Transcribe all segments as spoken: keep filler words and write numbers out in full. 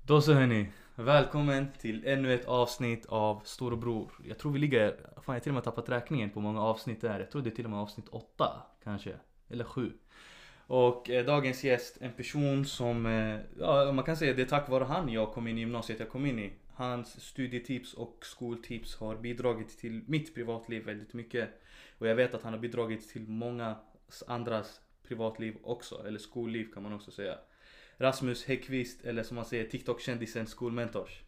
Då så hörni, välkommen till ännu ett avsnitt av Storebror. Jag tror vi ligger, fan jag till och med tappat räkningen på många avsnitt där. Jag tror det är till och med avsnitt åtta kanske, eller sju. Och eh, dagens gäst, en person som, eh, ja man kan säga det är tack vare han jag kom in i gymnasiet jag kom in i. Hans studietips och skoltips har bidragit till mitt privatliv väldigt mycket. Och jag vet att han har bidragit till många andras privatliv också, eller skolliv kan man också säga. Rasmus Häggkvist, eller som man säger TikTok-kändisen Skolmentors.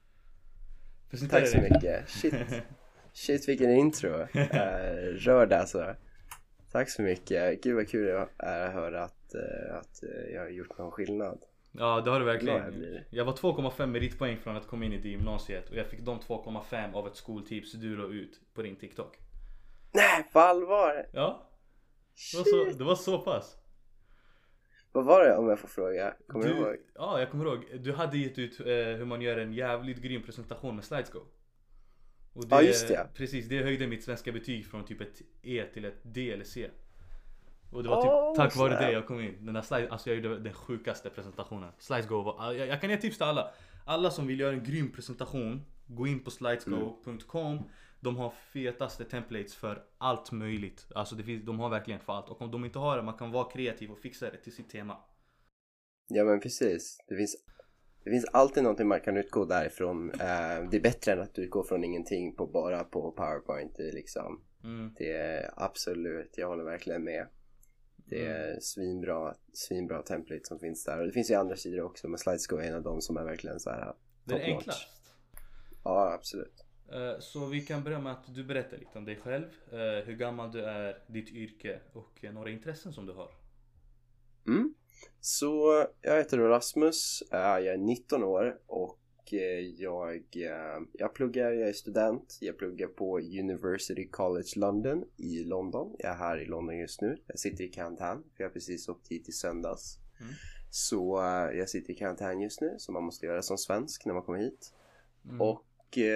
Tack så mycket. Shit, Shit vilken intro. uh, Rörd alltså. Tack så mycket. Gud vad kul det är att höra att, uh, att uh, jag har gjort någon skillnad. Ja det har du verkligen. Jag, jag var två komma fem meritpoäng från att komma in i det gymnasiet. Och jag fick de två komma fem av ett skoltips du la ut på din TikTok. Nej, på allvar? Ja. Det var så, det var så pass. Vad var det om jag får fråga? Kommer du, du ihåg? Ja, jag kommer ihåg. Du hade gett ut eh, hur man gör en jävligt grym presentation med Slidesgo. Och det, ja, just det. Precis, det höjde mitt svenska betyg från typ ett E till ett D eller C. Och det var typ oh, tack vare det jag kom in. Den där slide, alltså jag gjorde den sjukaste presentationen. Slidesgo var, jag, jag kan ge tips till alla. Alla som vill göra en grym presentation, gå in på slidesgo punkt com. Mm. De har fetaste templates för allt möjligt. Alltså det finns, de har verkligen för allt. Och om de inte har det, man kan vara kreativ och fixa det till sitt tema. Ja men precis. Det finns, det finns alltid någonting man kan utgå därifrån. Uh, det är bättre än att utgå från ingenting på bara på PowerPoint. Det är liksom, mm. det är absolut, jag håller verkligen med. Det är mm. svinbra, svinbra template som finns där. Och det finns ju andra sidor också, men Slidesgo är en av dem som är verkligen så här. Det är enklast. Ja, absolut. Så vi kan börja med att du berättar lite om dig själv, hur gammal du är, ditt yrke och några intressen som du har. Mm. Så jag heter Rasmus, jag är nitton år och jag, jag pluggar, jag är student, jag pluggar på University College London i London. Jag är här i London just nu, jag sitter i karantän för jag har precis åkt hit i söndags. Mm. Så jag sitter i karantän just nu som man måste göra som svensk när man kommer hit. Mm. Och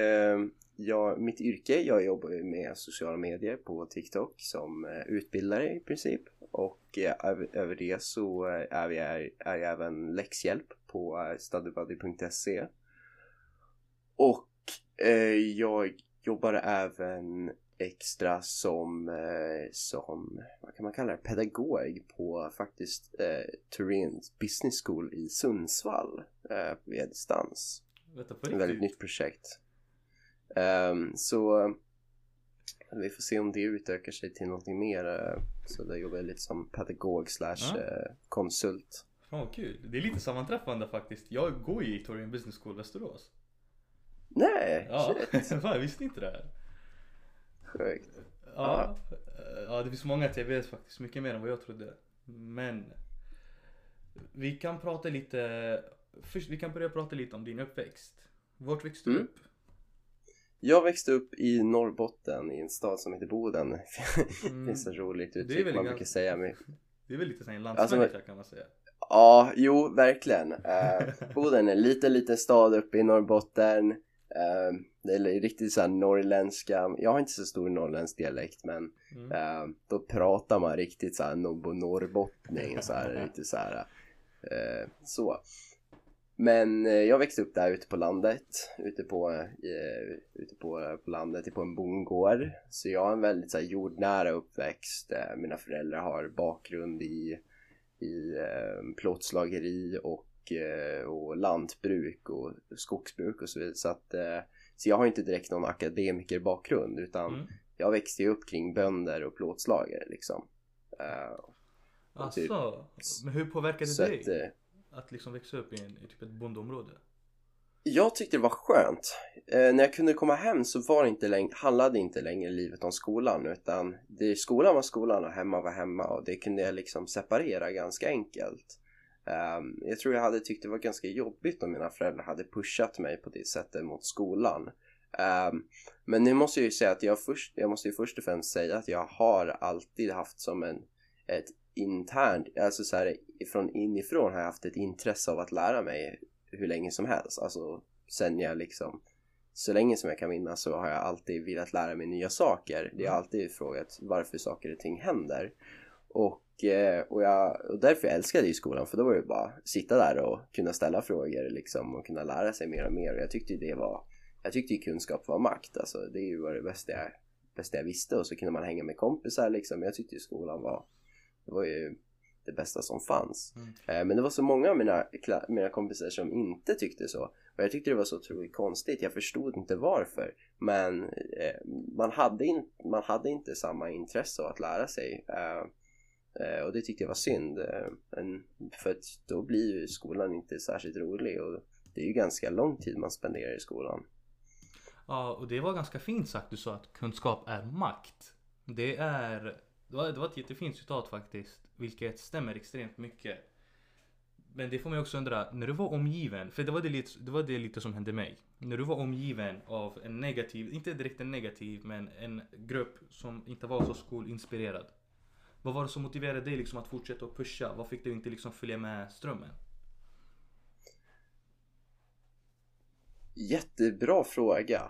jag, mitt yrke, jag jobbar med sociala medier på TikTok som utbildare i princip. Och över det så är jag, är jag även läxhjälp på studybuddy punkt se. Och eh, jag jobbar även extra som, eh, som, vad kan man kalla det, pedagog på faktiskt eh, Turin's Business School i Sundsvall eh, via distans. Ett väldigt nytt projekt. Um, så vi får se om det utökar sig till någonting mer. Uh, så där jobbar jag lite som pedagog slash uh, konsult. Fan vad kul, det är lite sammanträffande faktiskt. Jag går ju i Turin Business School Västerås. Nej, ja, shit. Fan, jag visste inte det här. Sjukt. Ja, ja. ja, det finns många att jag vet faktiskt mycket mer än vad jag trodde. Men vi kan prata lite. Först, vi kan börja prata lite om din uppväxt. Vart växte du mm. upp? Jag växte upp i Norrbotten i en stad som heter Boden. Mm. Det finns så roligt uttryck man brukar ganska, säga. Men... Det är väl lite så en landsmänniska alltså, kan man säga. Ja, jo, verkligen. Uh, Boden är en liten, liten stad uppe i Norrbotten. Uh, det är riktigt så här norrländska. Jag har inte så stor norrländsk dialekt, men mm. uh, då pratar man riktigt så här norrbottning. Så här, lite så här. Uh, så. Men eh, jag växte upp där ute på landet, ute på, eh, ute på, på landet, på en bondgård. Så jag har en väldigt så här, jordnära uppväxt. Eh, mina föräldrar har bakgrund i, i eh, plåtslageri och, eh, och lantbruk och skogsbruk och så vidare. Så, att, eh, så jag har inte direkt någon akademikerbakgrund, utan mm. jag växte ju upp kring bönder och plåtslagare liksom. Eh, alltså, typ, men hur påverkade det dig? Att, eh, Att liksom växa upp i, en, i typ ett bondområde? Jag tyckte det var skönt. Eh, när jag kunde komma hem så var det inte läng- handlade inte längre livet om skolan. Utan det, skolan var skolan och hemma var hemma. Och det kunde jag liksom separera ganska enkelt. Eh, jag tror jag hade tyckt det var ganska jobbigt om mina föräldrar hade pushat mig på det sättet mot skolan. Eh, men nu måste jag ju säga att jag, först, jag måste ju först och främst säga att jag har alltid haft som en ett internt, alltså så här, från inifrån har jag haft ett intresse av att lära mig hur länge som helst. Alltså sen jag liksom, så länge som jag kan minnas så har jag alltid velat lära mig nya saker. Det har alltid frågat varför saker och ting händer. Och Och, eh, och, jag, och därför älskade jag ju skolan, för då var det bara sitta där och kunna ställa frågor liksom, och kunna lära sig mer och mer. Och jag tyckte ju det var, jag tyckte ju kunskap var makt, alltså det är ju var det bästa jag, bästa jag visste. Och så kunde man hänga med kompisar liksom. Jag tyckte ju skolan var, det var ju det bästa som fanns. Mm. eh, Men det var så många av mina, mina kompisar som inte tyckte så. Och jag tyckte det var så otroligt konstigt. Jag förstod inte varför. Men eh, man, hade in, man hade inte samma intresse av att lära sig. Eh, eh, och det tyckte jag var synd. Eh, men för att då blir ju skolan inte särskilt rolig. Och det är ju ganska lång tid man spenderar i skolan. Ja, och det var ganska fint sagt. Du sa att kunskap är makt. Det är... Det var, det var ett jättefint citat faktiskt. Vilket stämmer extremt mycket. Men det får mig också undra, när du var omgiven, för det var det, lite, det var det lite som hände mig. När du var omgiven av en negativ, inte direkt en negativ, men en grupp som inte var så skolinspirerad. Vad var det som motiverade dig liksom att fortsätta och pusha? Vad fick du inte liksom följa med strömmen? Jättebra fråga.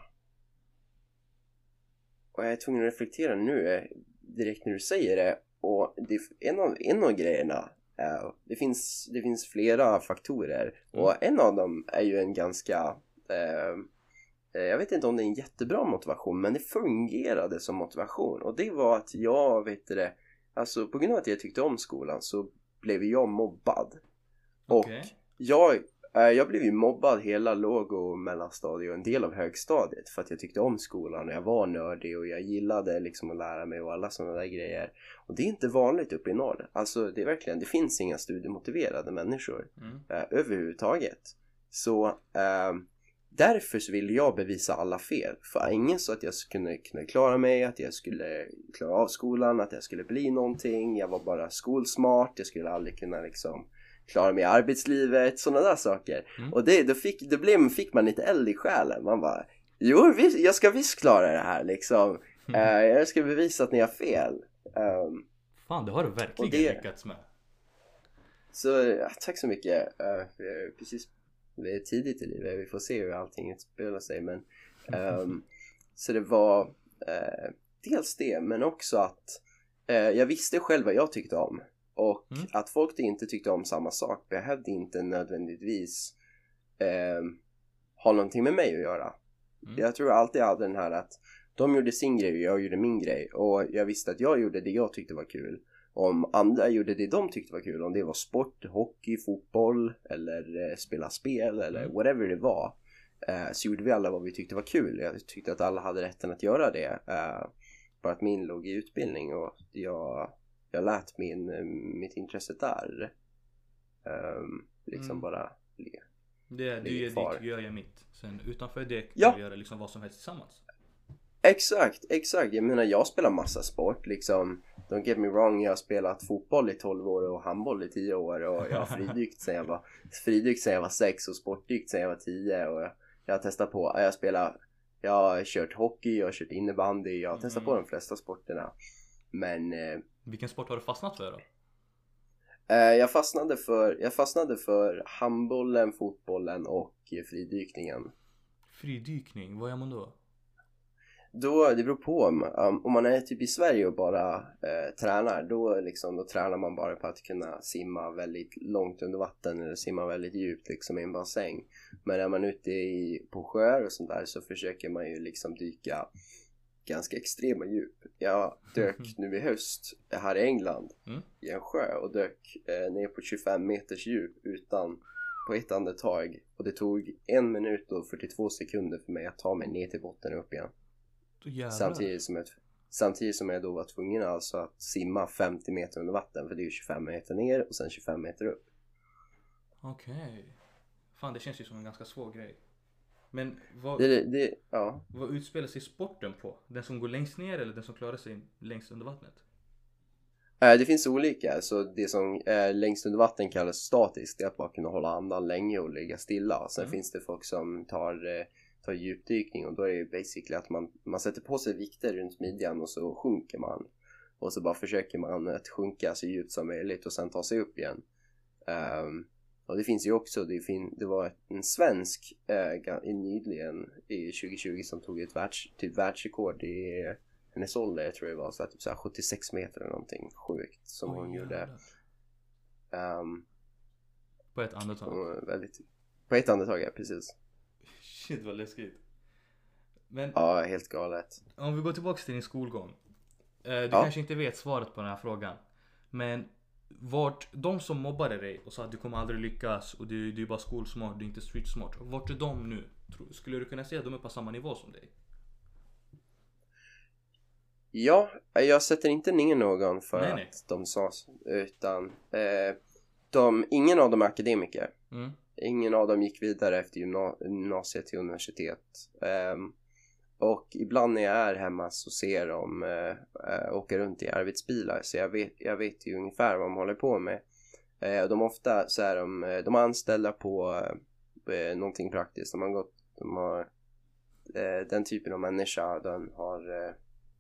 Och jag är tvungen att reflektera nu direkt när du säger det. Och det, en, av, en av grejerna Uh, det, finns, det finns flera faktorer. Mm. Och en av dem är ju en ganska uh, uh, jag vet inte om det är en jättebra motivation, men det fungerade som motivation. Och det var att jag vet det, alltså på grund av att jag tyckte om skolan så blev jag mobbad. Okay. Och jag, uh, jag blev ju mobbad hela låg- och mellanstadiet och en del av högstadiet. För att jag tyckte om skolan och jag var nördig och jag gillade liksom att lära mig och alla sådana där grejer. Och det är inte vanligt uppe i norr. Alltså det är verkligen, det finns inga studiemotiverade människor mm. eh, överhuvudtaget. Så eh, därför så ville jag bevisa alla fel. För ingen så att jag skulle kunna klara mig, att jag skulle klara av skolan, att jag skulle bli någonting. Jag var bara skolsmart, jag skulle aldrig kunna liksom klara mig i arbetslivet, sådana där saker. Mm. Och det, då, fick, då blev, fick man lite eld i själen. Man bara, jo visst, jag ska visst klara det här liksom. Mm. Eh, jag ska bevisa att ni har fel. Um, Fan, det har du verkligen det, lyckats med. Så ja, tack så mycket. uh, Precis, det är tidigt i livet. Vi får se hur allting utspelar sig. Men um, så det var uh, dels det, men också att uh, jag visste själv vad jag tyckte om. Och mm. att folk inte tyckte om samma sak behövde inte nödvändigtvis uh, ha någonting med mig att göra. Mm. Jag tror alltid jag hade den här att de gjorde sin grej och jag gjorde min grej. Och jag visste att jag gjorde det jag tyckte var kul. Om andra gjorde det de tyckte var kul. Om det var sport, hockey, fotboll eller eh, spela spel eller whatever det var. Eh, så gjorde vi alla vad vi tyckte var kul. Jag tyckte att alla hade rätten att göra det. Eh, bara att min låg i utbildning. Och jag, jag lät min, mitt intresse där. Eh, liksom mm. bara le. Det är du gör ditt, jag gör mitt. Sen utanför det kan ja. vi göra liksom vad som helst tillsammans. Exakt, exakt. Jag menar, jag spelar massa sport liksom. Don't get me wrong, jag har spelat fotboll i tolv år och handboll i tio år. Och jag har fridykt sen jag var, fridykt sen jag var sex och sportdykt sen jag var tio. Och jag, jag har testat på, jag spelar, jag har kört hockey, jag har kört innebandy. Jag har testat mm. på de flesta sporterna. Men eh, vilken sport har du fastnat för då? Eh, jag fastnade för, jag fastnade för handbollen, fotbollen och fridykningen. Fridykning, vad gör man då? Då, det beror på om, um, om man är typ i Sverige och bara eh, tränar, då, liksom, då tränar man bara på att kunna simma väldigt långt under vatten eller simma väldigt djupt liksom i en bassäng. Men är man ute i, på sjöar och sånt där så försöker man ju liksom dyka ganska extrema djup. Jag dök mm. nu i höst här i England mm. i en sjö och dök eh, ner på tjugofem meters djup utan på ett andetag. Och det tog en minut och fyrtiotvå sekunder för mig att ta mig ner till botten och upp igen. Samtidigt som, jag, samtidigt som jag då var tvungen alltså att simma femtio meter under vatten. För det är ju tjugofem meter ner och sen tjugofem meter upp. Okej. Okay. Fan, det känns ju som en ganska svår grej. Men vad, det, det, ja. vad utspelar sig sporten på? Den som går längst ner eller den som klarar sig längst under vattnet? Äh, det finns olika. Så det som är längst under vatten kallas statiskt. Det är att bara kunna hålla andan länge och ligga stilla. Sen mm. finns det folk som tar... Eh, tar djupdykning och då är det basically att man, man sätter på sig vikter runt midjan och så sjunker man och så bara försöker man att sjunka så djupt som möjligt och sen ta sig upp igen. Um, och det finns ju också, det, fin- det var en svensk äh, nyligen i tjugo tjugo som tog ett världs, typ världsrekord i hennes ålder tror jag var så här, typ så här sjuttiosex meter eller någonting sjukt som Oj, hon gjorde. Um, på ett andetag. Väldigt, på ett andetag, ja, precis. Shit vad läskigt. Men ja, helt galet. om vi går tillbaka till din skolgång. Du ja. kanske inte vet svaret på den här frågan. Men vart de som mobbade dig och sa att du kommer aldrig lyckas och du, du är bara skolsmart, du är inte street smart. Vart är de nu? Skulle du kunna säga att de är på samma nivå som dig? Ja, jag sätter inte ner någon för nej, att nej. de sa utan eh, de, ingen av dem är akademiker. Mm. Ingen av dem gick vidare efter gymna- gymnasiet till universitet. Um, och ibland när jag är hemma så ser de uh, uh, åka runt i arbetsbilar. Så jag vet, jag vet ju ungefär vad de håller på med. Uh, de ofta så är de, uh, de är anställda på uh, någonting praktiskt. De har gått, de har uh, den typen av människa, den har uh,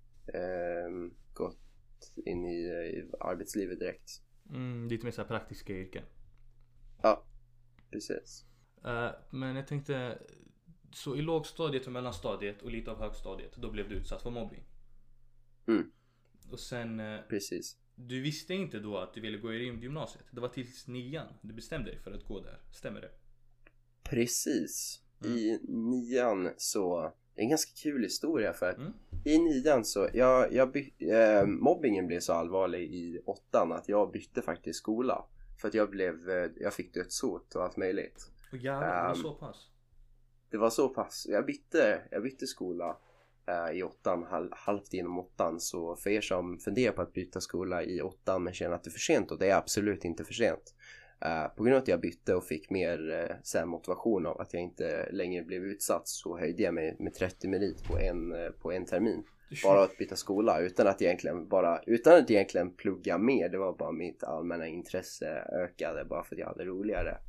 uh, gått in i, i arbetslivet direkt. Mm, lite mer så här praktiska yrken. Ja, precis. Uh, men jag tänkte, så i lågstadiet och mellanstadiet och lite av högstadiet, då blev du utsatt för mobbing. Mm. Och sen, uh, precis. Du visste inte då att du ville gå i rymdgymnasiet. Det var tills nian du bestämde dig för att gå där. Stämmer det? Precis. Mm. I nian så, det är en ganska kul historia för att mm. i nian så, jag, jag by, eh, mobbingen blev så allvarlig i åttan att jag bytte faktiskt skola. För att jag blev, jag fick dödshot och allt möjligt. Och jävlar, det var um, så pass. Det var så pass. Jag bytte, jag bytte skola uh, i åttan, halv, halvt inom åttan. Så för er som funderar på att byta skola i åttan men känner att det är för sent, och det är absolut inte för sent. Uh, på grund av att jag bytte och fick mer uh, så här motivation av att jag inte längre blev utsatt, så höjde jag mig med trettio merit på en, uh, på en termin. Bara att byta skola utan att egentligen bara utan att egentligen plugga mer. Det var bara mitt allmänna intresse ökade bara för att jag hade roligare.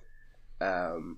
Um,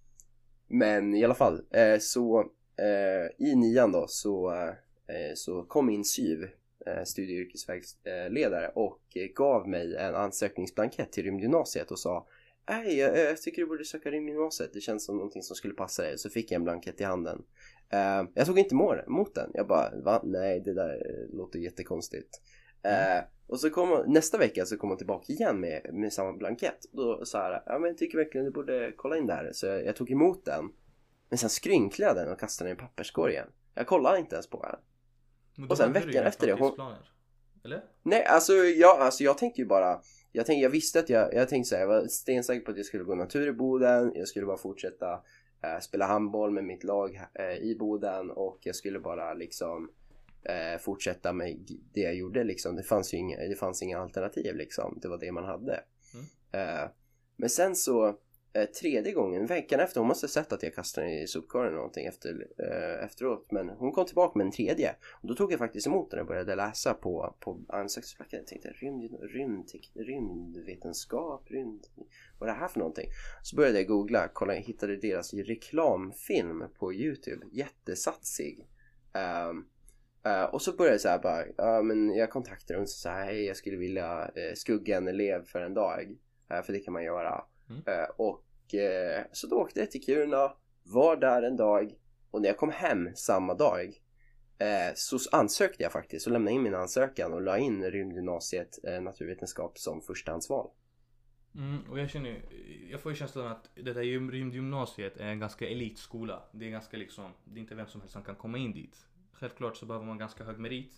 men i alla fall eh, så eh, i nian då så, eh, så kom in syv eh, studie- och yrkesvägsledare och eh, gav mig en ansökningsblankett till rymdgymnasiet och sa: Nej, jag, jag tycker du borde söka rymdgymnasiet. Det känns som någonting som skulle passa dig. Så fick jag en blankett i handen. Uh, jag tog inte emot den. Jag bara, va? Nej, det där låter jättekonstigt. Uh, och så kom nästa vecka så kom hon tillbaka igen med, med samma blankett. Då sa jag, ja men jag tycker verkligen du borde kolla in där. Så jag, jag tog emot den. Men sen skrynklade jag den och kastade den i papperskorgen. Jag kollade inte ens på den. Och sen veckan efter det hon... Eller? Nej, alltså jag, alltså jag tänkte ju bara, jag tänkte, jag visste att jag, jag tänkte så här, jag var stensäker på att jag skulle gå natur i Boden, jag skulle bara fortsätta äh, spela handboll med mitt lag äh, i Boden, och jag skulle bara liksom äh, fortsätta med det jag gjorde liksom. Det fanns ju inga, det fanns inga alternativ liksom, det var det man hade. Mm. Äh, men sen så äh, tredje gången, veckan efter, hon måste ha sett att jag kastade den i sopkorgen eller någonting efter, äh, efteråt, men hon kom tillbaka med en tredje, och då tog jag faktiskt emot den och började läsa på, på ansökningsblanketten. Jag tänkte, rymd, rymd, rymdvetenskap, rymd, vad är det här för någonting? Så började jag googla, kolla, jag hittade deras reklamfilm på YouTube, jättesatsig. Um, uh, och så började jag så här bara, ja uh, men jag kontaktade och så här, hej, jag skulle vilja uh, skugga en elev för en dag, uh, för det kan man göra. Mm. Uh, och uh, så då åkte jag till Kiruna, var där en dag, och när jag kom hem samma dag uh, så ansökte jag faktiskt och lämnade in min ansökan och la in rymdgymnasiet uh, naturvetenskap som förstahandsval. Mm, och jag känner, jag får ju känslan att det där rymdgymnasiet är en ganska elitskola. Det är ganska liksom, det är inte vem som helst som kan komma in dit. Självklart så behöver man ganska hög merit,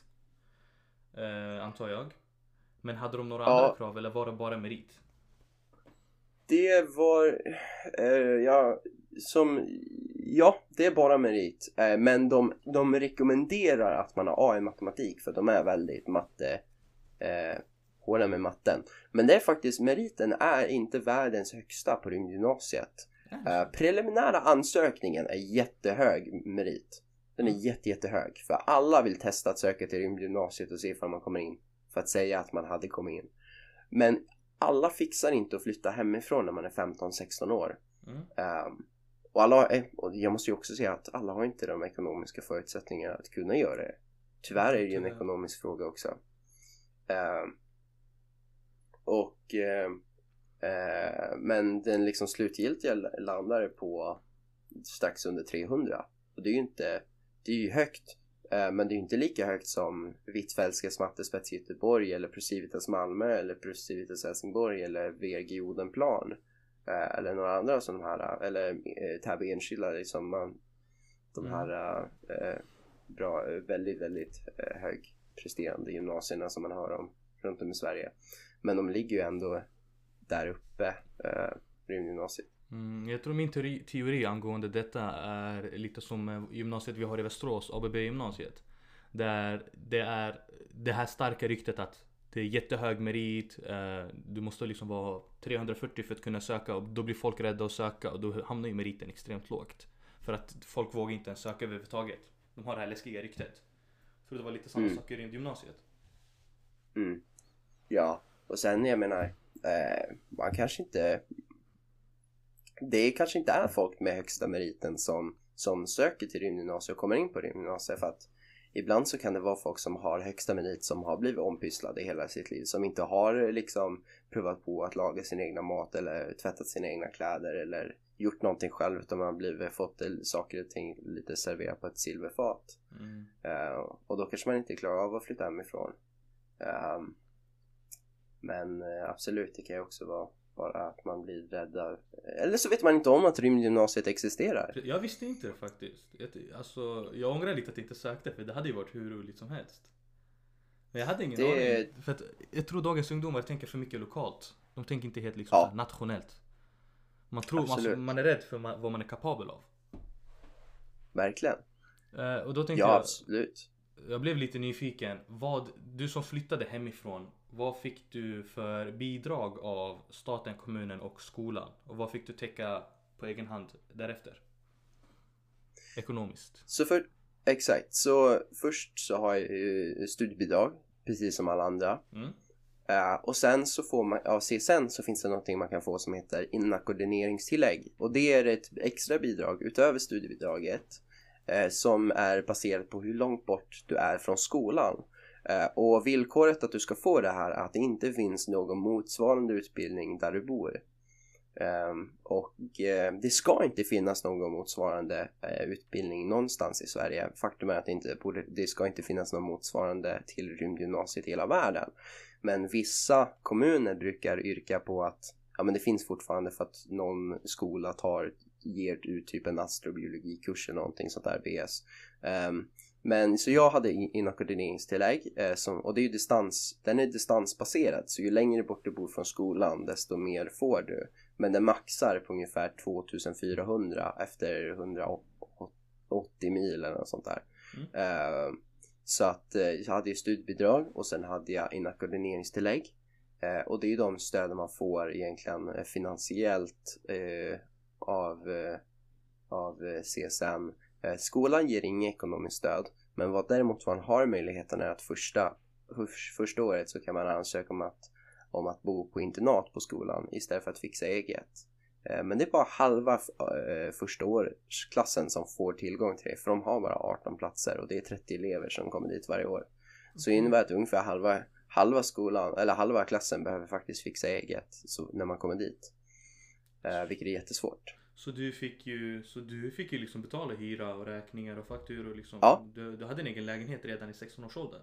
eh, antar jag. Men hade de några ja. andra krav, eller var det bara merit? Det var, eh, ja, som, ja, det är bara merit. Eh, men de, de rekommenderar att man har A i matematik, för de är väldigt matte, eh, hårda med matten. Men det är faktiskt, meriten är inte världens högsta på rymdgymnasiet. Mm. Eh, preliminära ansökningen är jättehög merit. Den är jätte, jättehög. För alla vill testa att söka till rymdgymnasiet och se ifall man kommer in. För att säga att man hade kommit in. Men alla fixar inte att flytta hemifrån när man är femton sexton år. Mm. Um, och, alla, och jag måste ju också säga att alla har inte de ekonomiska förutsättningarna att kunna göra det. Tyvärr är det ju en ekonomisk fråga också. Um, och uh, uh, men den liksom slutgiltiga landar på strax under trehundra. Och det är ju inte, det är ju högt. Eh, men det är ju inte lika högt som Hvitfeldtska Mattespets i Göteborg eller Procivitas Malmö eller Procivitas Helsingborg eller V R G Odenplan. Eh, eller några andra som de här, eller eh, Täby enskilda liksom man, de här eh, bra, väldigt, väldigt eh, högpresterande gymnasierna som man hör om runt om i Sverige. Men de ligger ju ändå där uppe, eh, rymdgymnasiet. Mm, jag tror min teori, teori angående detta är lite som gymnasiet vi har i Västerås, A B B-gymnasiet. Där det är det här starka ryktet att det är jättehög merit, eh, du måste liksom vara trehundrafyrtio för att kunna söka och då blir folk rädda att söka och då hamnar ju meriten extremt lågt. För att folk vågar inte ens söka överhuvudtaget. De har det här läskiga ryktet. Så det var lite samma mm. sak i rymdgymnasiet. Mm. Ja, och sen jag menar, eh, man kanske inte... Det kanske inte är folk med högsta meriten som, som söker till rymdgymnasiet och kommer in på rymdgymnasiet, för att ibland så kan det vara folk som har högsta merit som har blivit ompysslade hela sitt liv, som inte har liksom provat på att laga sin egna mat eller tvättat sina egna kläder eller gjort någonting själv, utan man har blivit fått saker och ting lite serverat på ett silverfat. Mm. Uh, och då kanske man inte klarar av att flytta hemifrån. Uh, men uh, absolut, det kan ju också vara bara att man blir rädd. Eller så vet man inte om att rymdgymnasiet existerar. Jag visste inte det faktiskt. Jag, alltså, jag ångrar lite att jag inte sökte, för det hade ju varit hur roligt som helst. Men jag hade ingen det... aning. För att jag tror dagens ungdomar tänker för mycket lokalt. De tänker inte helt liksom ja. nationellt. Man tror man, man är rädd för man, vad man är kapabel av. Verkligen. Uh, och då tänkte ja, jag, absolut. Jag blev lite nyfiken. Vad, du som flyttade hemifrån, vad fick du för bidrag av staten, kommunen och skolan? Och vad fick du täcka på egen hand därefter? Ekonomiskt. Så för, exakt. Så först så har jag ju studiebidrag, precis som alla andra. Mm. Uh, och sen så får man, av C S N så finns det någonting man kan få som heter inackordineringstillägg. Och det är ett extra bidrag utöver studiebidraget uh, som är baserat på hur långt bort du är från skolan. Uh, och villkoret att du ska få det här är att det inte finns någon motsvarande utbildning där du bor. Um, och uh, det ska inte finnas någon motsvarande uh, utbildning någonstans i Sverige. Faktum är att det inte borde, det ska inte finnas någon motsvarande till rymdgymnasiet i hela världen. Men vissa kommuner brukar yrka på att ja, men det finns fortfarande för att någon skola tar, ger ut typ en astrobiologikurs eller någonting sånt där B S. Um, men så jag hade inackordineringstillägg eh, som, och det är ju distans, den är distansbaserad, så ju längre bort du bor från skolan desto mer får du. Men den maxar på ungefär tvåtusenfyrahundra efter hundraåttio mil eller något sånt där. Mm. Uh, så att uh, jag hade ju studiebidrag och sen hade jag inackordineringstillägg. Uh, och det är ju de stöd man får egentligen uh, finansiellt uh, av, uh, av uh, C S N. Uh, skolan ger inget ekonomiskt stöd, men vad däremot man har möjligheten är att första, för, första året så kan man ansöka om att om att bo på internat på skolan istället för att fixa eget. Eh, men det är bara halva eh, första årsklassen som får tillgång till det, för de har bara arton platser och det är trettio elever som kommer dit varje år. Så det innebär att ungefär halva, halva skolan eller halva klassen behöver faktiskt fixa eget så, när man kommer dit. Eh, vilket är jättesvårt. Så du fick ju, så du fick ju liksom betala hyra och räkningar och fakturor liksom. Ja. Du, du hade en egen lägenhet redan i sexton-årsåldern.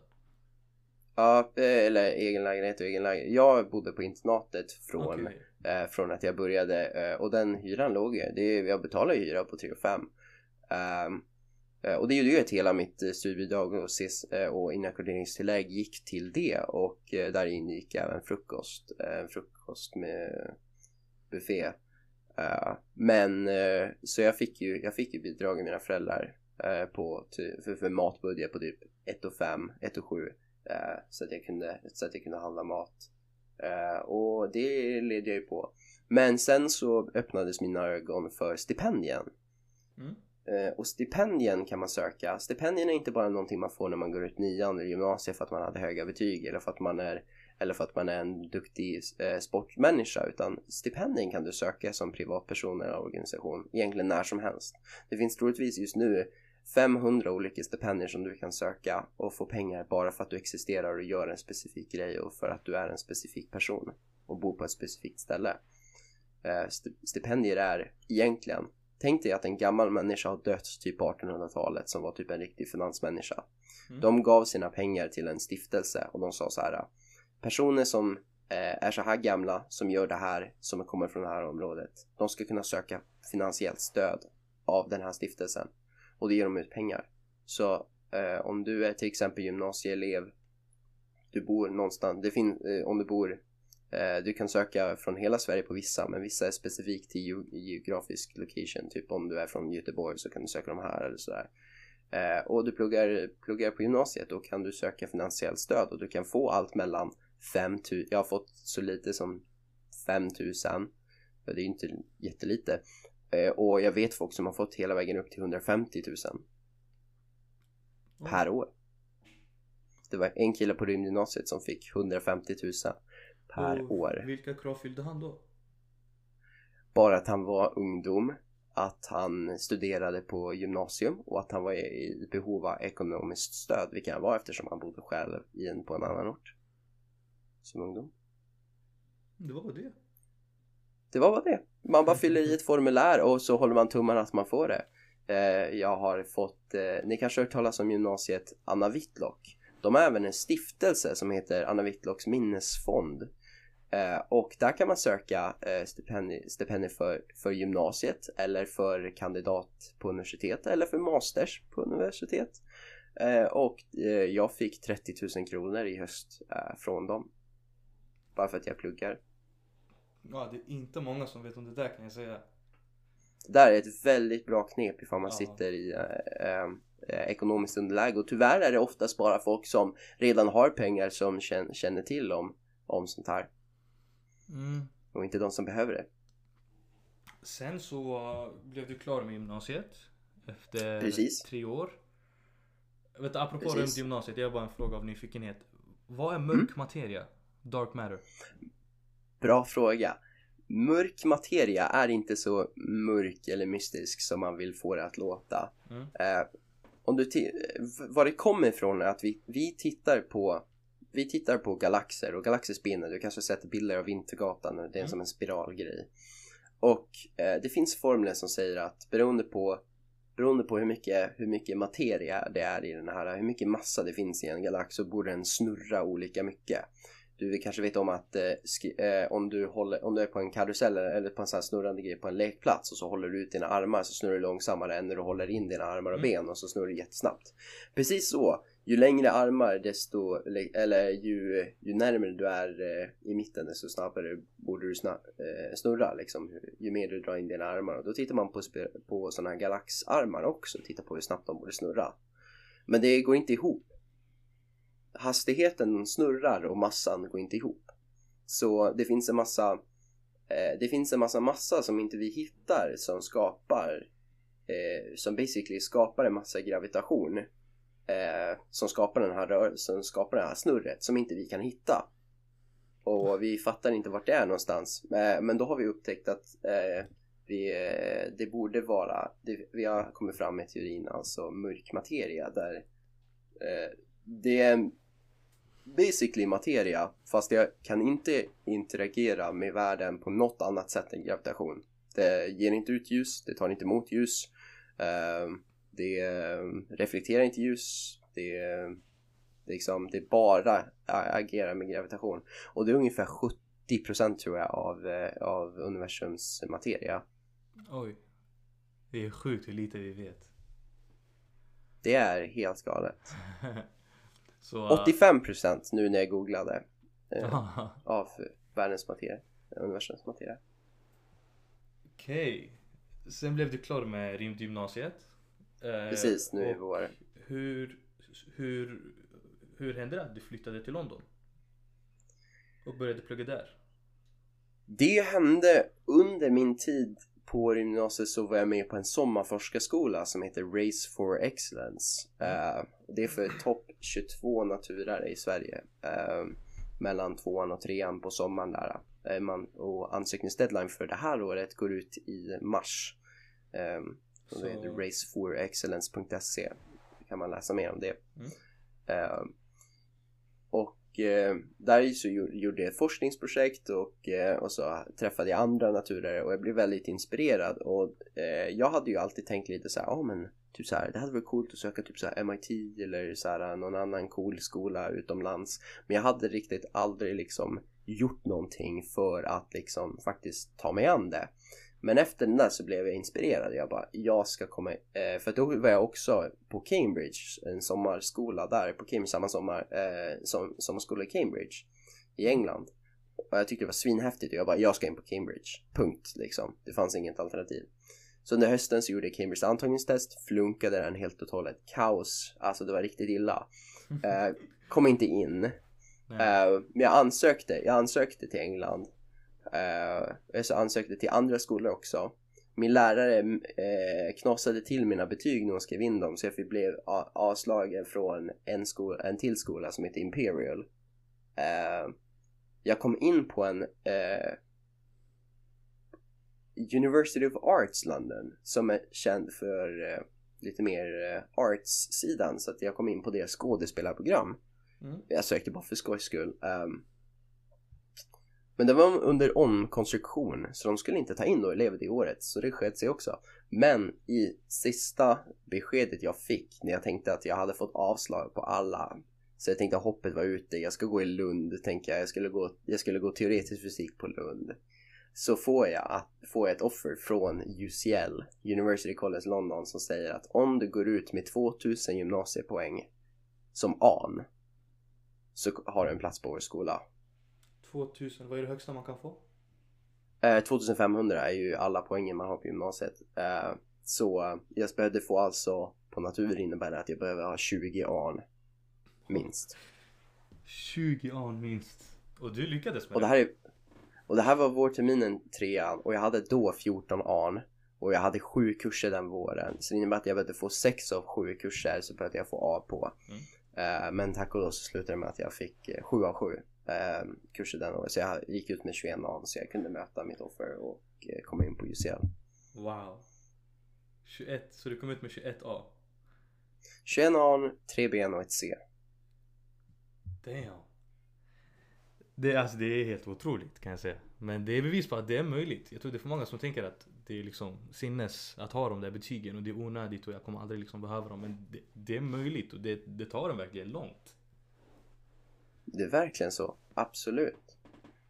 Ja, eller egen lägenhet och egen lägenhet. Jag bodde på internatet från, okay. eh, från att jag började. Eh, och den hyran låg ju. Det är, jag betalar ju hyra på tre och fem. Um, eh, och det gjorde ju att hela mitt eh, studiebidrag och, eh, och inackorderingstillägg gick till det. Och eh, där ingick även frukost. Eh, frukost med buffé. Uh, men uh, så jag fick ju jag fick ju bidrag av mina föräldrar uh, på ty- för, för matbudget på typ ett och fem, ett och sju. Uh, så att jag kunde så att jag kunde handla mat. Uh, och det ledde jag ju på. Men sen så öppnades mina ögon för stipendien. Mm. Uh, och stipendien kan man söka. Stipendien är inte bara någonting man får när man går ut nian i gymnasiet för att man hade höga betyg eller för att man är eller för att man är en duktig eh, sportmänniska, utan stipendien kan du söka som privatperson eller organisation egentligen när som helst. Det finns troligtvis just nu femhundra olika stipendier som du kan söka och få pengar bara för att du existerar och gör en specifik grej och för att du är en specifik person och bor på ett specifikt ställe. Eh, st- stipendier är egentligen tänk dig att en gammal människa har dött typ på artonhundratalet som var typ en riktig finansmänniska. Mm. De gav sina pengar till en stiftelse och de sa så här: personer som eh, är så här gamla, som gör det här, som kommer från det här området, de ska kunna söka finansiellt stöd av den här stiftelsen, och det ger dem ut pengar. Så eh, om du är till exempel gymnasieelev, du bor någonstans, det fin- eh, om du bor eh, du kan söka från hela Sverige på vissa, men vissa är specifikt till ge- geografisk location. Typ om du är från Göteborg så kan du söka de här eller sådär. Eh, och du pluggar, pluggar på gymnasiet, då kan du söka finansiellt stöd och du kan få allt mellan fem tusen, jag har fått så lite som fem tusen, det är inte jättelite, eh, och jag vet folk som har fått hela vägen upp till hundrafemtio tusen mm. per år. Det var en kille på rymdgymnasiet som fick hundrafemtio tusen per och år. Vilka krav fyllde han då? Bara att han var ungdom, att han studerade på gymnasium och att han var i behov av ekonomiskt stöd, vilket han var eftersom han bodde själv i en, på en annan ort som ungdom. Det var bara det. Det var bara det. Man bara fyller i ett formulär och så håller man tummarna att man får det. Eh, jag har fått, eh, ni kanske har hört talas om gymnasiet Anna Whitlock. De har även en stiftelse som heter Anna Whitlocks minnesfond. Eh, och där kan man söka eh, stipendier, stipendier för, för gymnasiet eller för kandidat på universitet eller för masters på universitet. Eh, och eh, jag fick trettio tusen kronor i höst eh, från dem. Bara för att jag pluggar. Ja, det är inte många som vet om det där, kan jag säga. Det där är ett väldigt bra knep ifall man Ja. sitter i eh, eh, ekonomiskt underläge. Och tyvärr är det oftast bara folk som redan har pengar som känner, känner till om, om sånt här. Mm. Och inte de som behöver det. Sen så blev du klar med gymnasiet efter Precis. tre år. Jag vet, apropå Precis. runt gymnasiet, jag har bara en fråga av nyfikenhet. Vad är mörk mm. materia? Dark matter? Bra fråga. Mörk materia är inte så mörk eller mystisk som man vill få det att låta. Mm. Eh, om du t- vad det kommer ifrån är att vi, vi tittar på vi tittar på galaxer och galaxer spinner. Du kanske har sett bilder av Vintergatan, det är mm. som en spiralgrej. Och eh, det finns formler som säger att beroende på beroende på hur mycket, hur mycket materia det är i den här, hur mycket massa det finns i en galax, så borde den snurra olika mycket. Du kanske vet om att eh, sk- eh, om, du håller, om du är på en karusell eller på en sån här snurrande grej på en lekplats och så håller du ut dina armar, så snurrar du långsammare än när du håller in dina armar och ben, och så snurrar du jättesnabbt. Precis så, ju längre armar desto, eller ju, ju närmare du är eh, i mitten, desto snabbare borde du sna- eh, snurra liksom, ju mer du drar in dina armar. Och då tittar man på, på sådana här galaxarmar också, tittar på hur snabbt de borde snurra. Men det går inte ihop. Hastigheten snurrar och massan går inte ihop. Så det finns en massa eh, det finns en massa massa som inte vi hittar, som skapar eh, som basically skapar en massa gravitation eh, som skapar den här rörelsen, skapar det här snurret som inte vi kan hitta. Och vi fattar inte vart det är någonstans. eh, Men då har vi upptäckt att eh, vi, eh, det borde vara det, vi har kommit fram med teorin, alltså mörk materia, där eh, det är basically materia, fast jag kan inte interagera med världen på något annat sätt än gravitation. Det ger inte ut ljus, det tar inte emot ljus, det reflekterar inte ljus, det, det, liksom, det bara agerar med gravitation. Och det är ungefär sjuttio procent tror jag av, av universums materia. Oj, det är sjukt hur lite vi vet. Det är helt galet. Så, åttiofem procent nu när jag googlade eh, av världens materia, universums materia. Okej. Okay. Sen blev du klar med rymdgymnasiet. Eh, Precis, nu i vår. Hur, hur, hur hände det att du flyttade till London? Och började plugga där? Det hände under min tid på gymnasiet, så var jag med på en sommarforskarskola som heter Race for Excellence. Uh, det är för topp tjugotvå naturare i Sverige. Uh, mellan tvåan och trean på sommaren där. Uh, man, och ansökningsdeadline för det här året går ut i mars. Um, och det heter race for excellence punkt se. Kan man läsa mer om det. Mm. Uh, och och eh, där så gjorde jag ett forskningsprojekt och, eh, och så träffade jag andra naturer och jag blev väldigt inspirerad och eh, jag hade ju alltid tänkt lite så här, ja oh, men typ så här, det hade varit coolt att söka typ så här M I T eller så här någon annan cool skola utomlands, men jag hade riktigt aldrig liksom gjort någonting för att liksom faktiskt ta mig an det. Men efter den där så blev jag inspirerad. Jag bara, jag ska komma... Eh, för då var jag också på Cambridge. En sommarskola där på Cambridge. Samma sommar, eh, som, sommarskola i Cambridge. I England. Och jag tyckte det var svinhäftigt. Och jag bara, jag ska in på Cambridge. Punkt, liksom. Det fanns inget alternativ. Så under hösten så gjorde jag Cambridge antagningstest. Flunkade den helt och hållet. Kaos. Alltså det var riktigt illa. Eh, kom inte in. Eh, men jag ansökte. Jag ansökte till England. Uh, jag så ansökte till andra skolor också. Min lärare uh, knasade till mina betyg när hon skrev in dem, så jag blev a- avslagen från en, skola, en till skola som heter Imperial. Uh, jag kom in på en uh, University of Arts London som är känd för uh, lite mer uh, arts-sidan, så att jag kom in på deras skådespelarprogram. Mm. Jag sökte bara för skojs skull. Um, Men det var under omkonstruktion, så de skulle inte ta in då elever det året, så det skedde sig också. Men i sista beskedet jag fick, när jag tänkte att jag hade fått avslag på alla, så jag tänkte att hoppet var ute, jag ska gå i Lund, tänkte jag, jag skulle gå, jag skulle gå teoretisk fysik på Lund. Så får jag, får jag ett offer från U C L, University College London, som säger att om du går ut med tvåtusen gymnasiepoäng som A N, så har du en plats på vår skola. tvåtusen, vad är det högsta man kan få? Eh, tjugofemhundra är ju alla poängen man har på gymnasiet. Eh, så jag behövde få alltså, på natur innebär det att jag behöver ha tjugo A N minst. tjugo A N minst. Och du lyckades med och det. Här är, och det här var vårterminen trean och jag hade då fjorton A N. Och jag hade sju kurser den våren. Så det innebär att jag behövde få sex av sju kurser, så behövde jag få A på. Mm. Eh, men tack och lov så slutade det med att jag fick eh, sju av sju. Eh, kurser den året, så jag gick ut med tjugoett A N, så jag kunde möta mitt offer och eh, komma in på U C L. Wow. tjugoett, så du kom ut med tjugoett A? tjugoett A N, tre B och ett C. Damn. Det, alltså, det är helt otroligt, kan jag säga. Men det är bevis på att det är möjligt. Jag tror det är för många som tänker att det är liksom sinnes att ha de där betygen och det är onödigt och jag kommer aldrig liksom behöva dem. Men det, det är möjligt och det, det tar en verkligen långt. Det är verkligen så, absolut.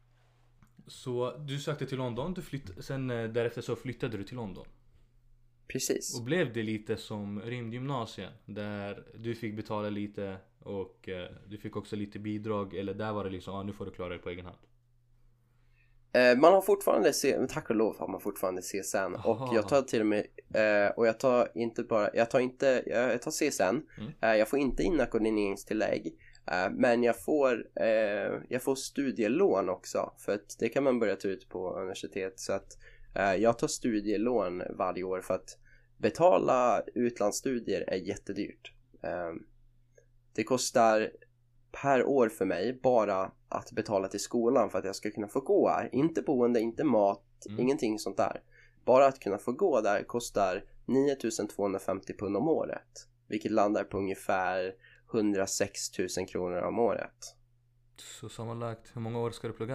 Så du sökte till London, du flytt- sen därefter så flyttade du till London. Precis. Och blev det lite som rymdgymnasien, där du fick betala lite och eh, du fick också lite bidrag, eller där var det liksom, ja ah, nu får du klara dig på egen hand? Eh, man har fortfarande, C- tack och lov har man fortfarande C S N. Aha. Och jag tar till och med, eh, och jag tar inte bara, jag tar inte, jag tar C S N. Mm. Eh, jag får inte inackordineringstillägg. Uh, men jag får, uh, jag får studielån också, för att det kan man börja ta ut på universitet. Så att uh, jag tar studielån varje år, för att betala utlandsstudier är jättedyrt. Uh, det kostar per år för mig bara att betala till skolan för att jag ska kunna få gå här. Inte boende, inte mat, mm. ingenting sånt där. Bara att kunna få gå där kostar nio tusen tvåhundrafemtio pund om året, vilket landar på ungefär hundrasex tusen kronor om året. Så sammanlagt, hur många år ska du plugga?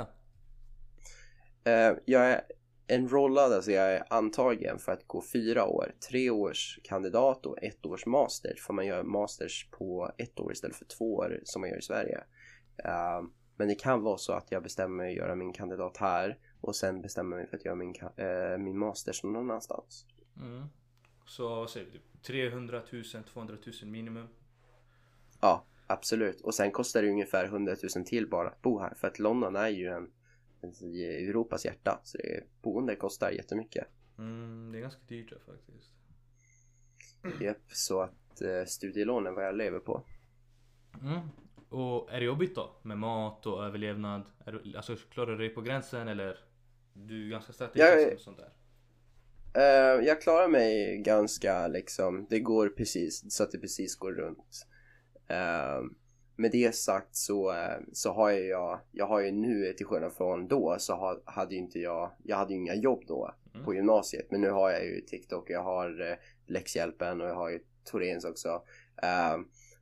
Uh, jag är enrollad, alltså jag är antagen för att gå fyra år. Tre års kandidat och ett års master. För man gör masters på ett år istället för två år som man gör i Sverige. Uh, men det kan vara så att jag bestämmer mig att göra min kandidat här och sen bestämmer mig för att göra min, uh, min masters någon annanstans. Mm. Så vad säger du? trehundratusen, tvåhundratusen minimum? Ja, absolut. Och sen kostar det ungefär hundratusen till bara att bo här. För att London är ju en, en i Europas hjärta. Så det är, boende kostar jättemycket. Mm, det är ganska dyrt där, faktiskt. Japp, så att eh, studielån är vad jag lever på. Mm. Och är det jobbigt då? Med mat och överlevnad? Är du, alltså, klarar du dig på gränsen eller du är ganska strategisk och sånt där? Uh, jag klarar mig ganska liksom, det går precis så att det precis går runt. Uh, med det sagt så, uh, så har jag, jag har ju nu till skillnad från då så ha, hade ju inte jag, jag hade ju inga jobb då mm. på gymnasiet. Men nu har jag ju TikTok, jag har uh, läxhjälpen och jag har ju Torens också. Uh,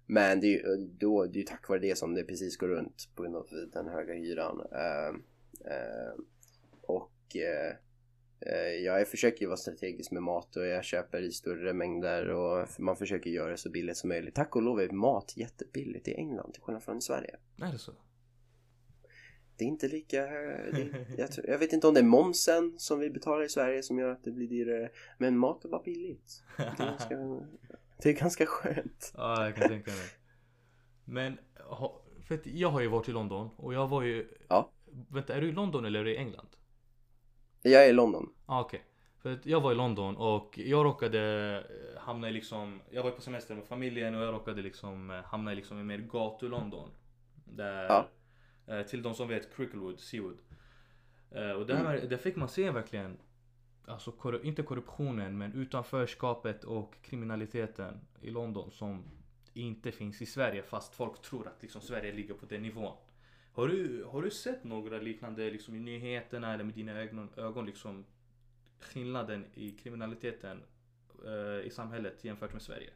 Men det är ju då, det är tack vare det som det precis går runt på grund av den höga hyran. Uh, uh, och uh, uh, jag försöker ju vara strategisk med mat och jag köper i större mängder och man försöker göra det så billigt som möjligt. Tack och lov är mat jättebilligt i England till skillnad från i Sverige. Är det så? Det är inte lika... Det, jag, tror, jag vet inte om det är momsen som vi betalar i Sverige som gör att det blir dyrare. Men mat är bara billigt. Det är ganska, det är ganska skönt. Ja, jag kan tänka mig. Men, för att jag har ju varit i London och jag var ju... Ja. Vänta, är du i London eller är du i England? Jag är i London. Ja, ah, okej. Okay. För att jag var i London och jag råkade hamna i liksom... Jag var på semester med familjen och jag råkade liksom hamna i liksom en mer gatu-London. Där... Ja. Till de som vet Cricklewood, Seawood. Och där, mm. där fick man se verkligen, alltså korru- inte korruptionen men utanförskapet och kriminaliteten i London som inte finns i Sverige, fast folk tror att liksom Sverige ligger på den nivån. Har du, har du sett några liknande liksom i nyheterna eller med dina ögon, ögon liksom skillnaden i kriminaliteten uh, i samhället jämfört med Sverige?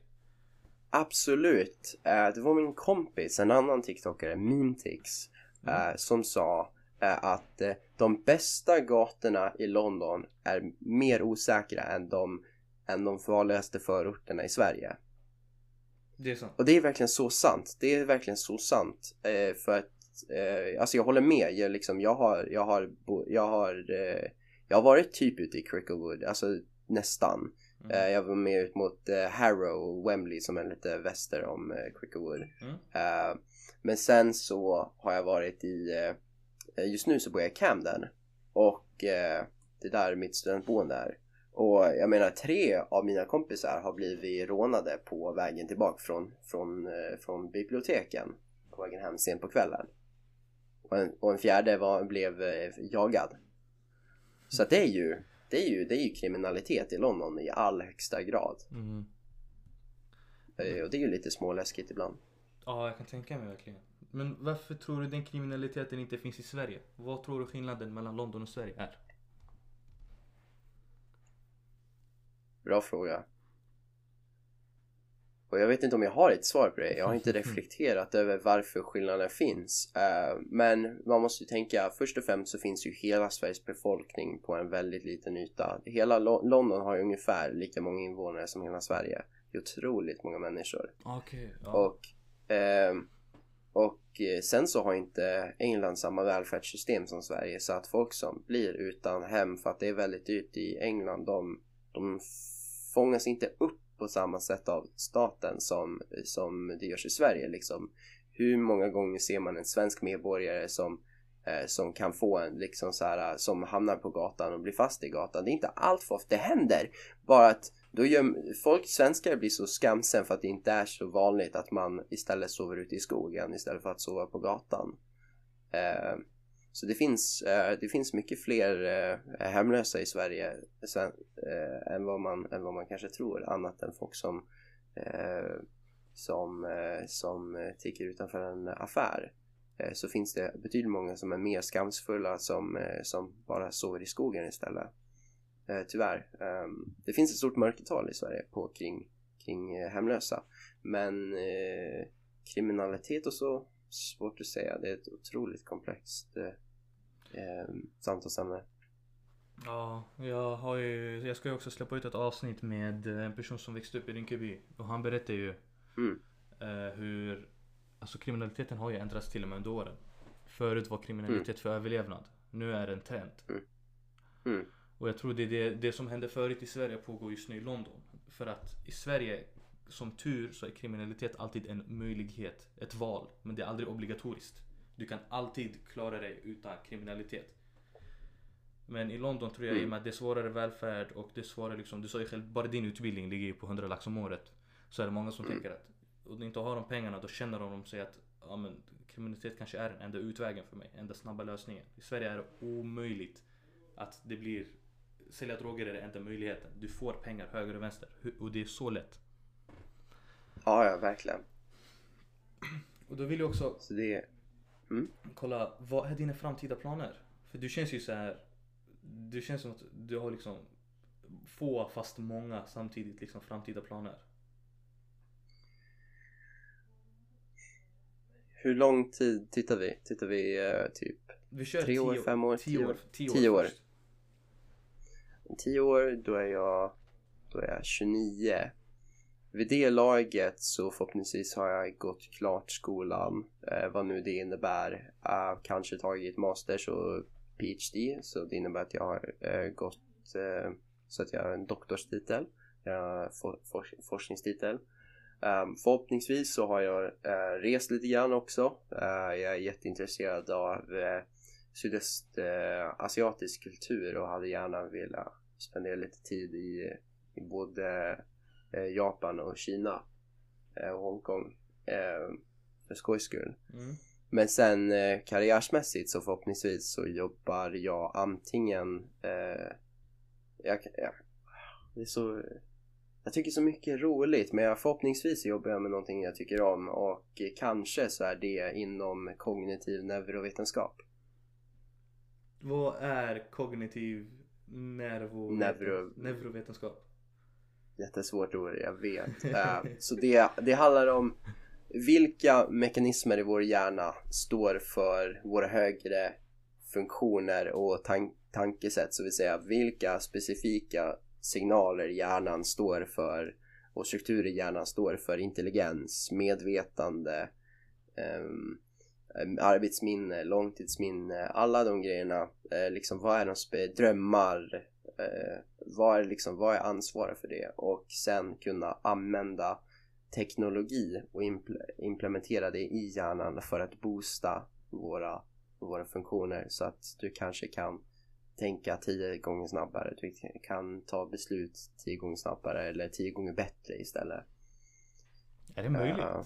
Absolut. Uh, det var min kompis, en annan TikTokare, Memtix. Mm. Uh, som sa uh, att uh, de bästa gatorna i London är mer osäkra än de, än de farligaste förorterna i Sverige. Det är sant. Och det är verkligen så sant. Det är verkligen så sant. Uh, för att, uh, alltså jag håller med. Jag, liksom, jag, har, jag, har, jag, har, uh, jag har varit typ ute i Cricklewood. Alltså nästan. Mm. Uh, jag var med ut mot uh, Harrow och Wembley som är lite väster om uh, Cricklewood. Mm. Uh, Men sen så har jag varit i, eh, just nu så bor jag i Camden. Och eh, det där är mitt studentboende är. Och jag menar tre av mina kompisar har blivit rånade på vägen tillbaka från, från, eh, från biblioteken. På vägen hem sent på kvällen. Och en, och en fjärde var, blev eh, jagad. Så att det är ju, det är ju, det är ju kriminalitet i London i all högsta grad. Mm. Eh, och det är ju lite småläskigt ibland. Ja, jag kan tänka mig verkligen. Men varför tror du den kriminaliteten inte finns i Sverige? Vad tror du skillnaden mellan London och Sverige är? Bra fråga. Och jag vet inte om jag har ett svar på det. Jag har inte reflekterat över varför skillnaden finns. Uh, men man måste ju tänka, först och främst så finns ju hela Sveriges befolkning på en väldigt liten yta. Hela Lo- London har ju ungefär lika många invånare som hela Sverige. Det är otroligt många människor. Okay, ja. Och... Uh, Och sen så har inte England samma välfärdssystem som Sverige. Så att folk som blir utan hem för att det är väldigt dyrt i England, de, de fångas inte upp på samma sätt av staten som, som det görs i Sverige. Liksom. Hur många gånger ser man en svensk medborgare som, eh, som kan få en liksom så här, som hamnar på gatan och blir fast i gatan? Det är inte allt för ofta det händer. Bara att då gör folk, svenskar blir så skamsen för att det inte är så vanligt att man istället sover ute i skogen istället för att sova på gatan. Eh, så det finns, eh, det finns mycket fler eh, hemlösa i Sverige sen, eh, än, vad man, än vad man kanske tror. Annat än folk som, eh, som, eh, som tigger utanför en affär. Eh, så finns det betydligt många som är mer skamsfulla som, eh, som bara sover i skogen istället. Uh, tyvärr. Um, det finns ett stort mörkertal i Sverige på kring, kring uh, hemlösa. Men uh, kriminalitet och så, svårt att säga. Det är ett otroligt komplext uh, um, samtalsämne. Ja, jag har ju, jag ska ju också släppa ut ett avsnitt med en person som växte upp i Rinkeby. Och han berättar ju mm. uh, hur, alltså kriminaliteten har ju ändrats till och med under åren. Förut var kriminalitet mm. för överlevnad. Nu är det en trend. Mm. Mm. Och jag tror det är det, det som hände förut i Sverige pågår just nu i London. För att i Sverige, som tur, så är kriminalitet alltid en möjlighet, ett val. Men det är aldrig obligatoriskt. Du kan alltid klara dig utan kriminalitet. Men i London tror jag, i och med att det är svårare välfärd och det är svårare liksom, du sa ju själv, bara din utbildning ligger ju på hundra lax om året. Så är det många som mm. tänker att, och inte har de pengarna, då känner de sig att ja, men, kriminalitet kanske är den enda utvägen för mig, enda snabba lösningen. I Sverige är det omöjligt att det blir, sälja droger är det enda möjligheten. Du får pengar höger och vänster och det är så lätt. Ja, ja, verkligen. Och då vill jag också så det... mm. kolla, vad är dina framtida planer? För du känns ju så här, du känns som att du har liksom få fast många samtidigt liksom framtida planer. hur lång tid tittar vi? Tittar vi uh, typ vi kör tre tio, år, fem år? Tio år. Tio, tio år. år. Tio år, då är jag då är jag tjugonio. Vid det laget så förhoppningsvis har jag gått klart skolan, eh, vad nu det innebär. Uh, kanske tagit masters och P H D, så det innebär att jag har eh, gått eh, så att jag har en doktorstitel, jag har for, for, forskningstitel. Um, förhoppningsvis så har jag uh, rest lite grann också. Uh, jag är jätteintresserad av uh, sydöstasiatisk uh, kultur och hade gärna velat spendera lite tid i, i både uh, Japan och Kina uh, och Hongkong uh, för skojs skull. Mm. Men sen uh, karriärsmässigt så förhoppningsvis så jobbar jag antingen uh, jag, jag, det är så Jag tycker så mycket roligt, men jag förhoppningsvis jobbar jag med någonting jag tycker om, och kanske så är det inom kognitiv neurovetenskap. Vad är kognitiv nervo... Neuro... neurovetenskap? Jättesvårt ord, jag vet. uh, så det, det handlar om vilka mekanismer i vår hjärna står för våra högre funktioner och tan- tankesätt, så vill säga vilka specifika signaler hjärnan står för och strukturer i hjärnan står för intelligens, medvetande, um, arbetsminne, långtidsminne, alla de grejerna. Uh, liksom vad är de spe- drömmar, uh, vad är liksom vad är ansvaret för det, och sen kunna använda teknologi och impl- implementera det i hjärnan för att boosta våra våra funktioner, så att du kanske kan tänka tio gånger snabbare, du kan ta beslut tio gånger snabbare eller tio gånger bättre istället. Är det möjligt? Uh,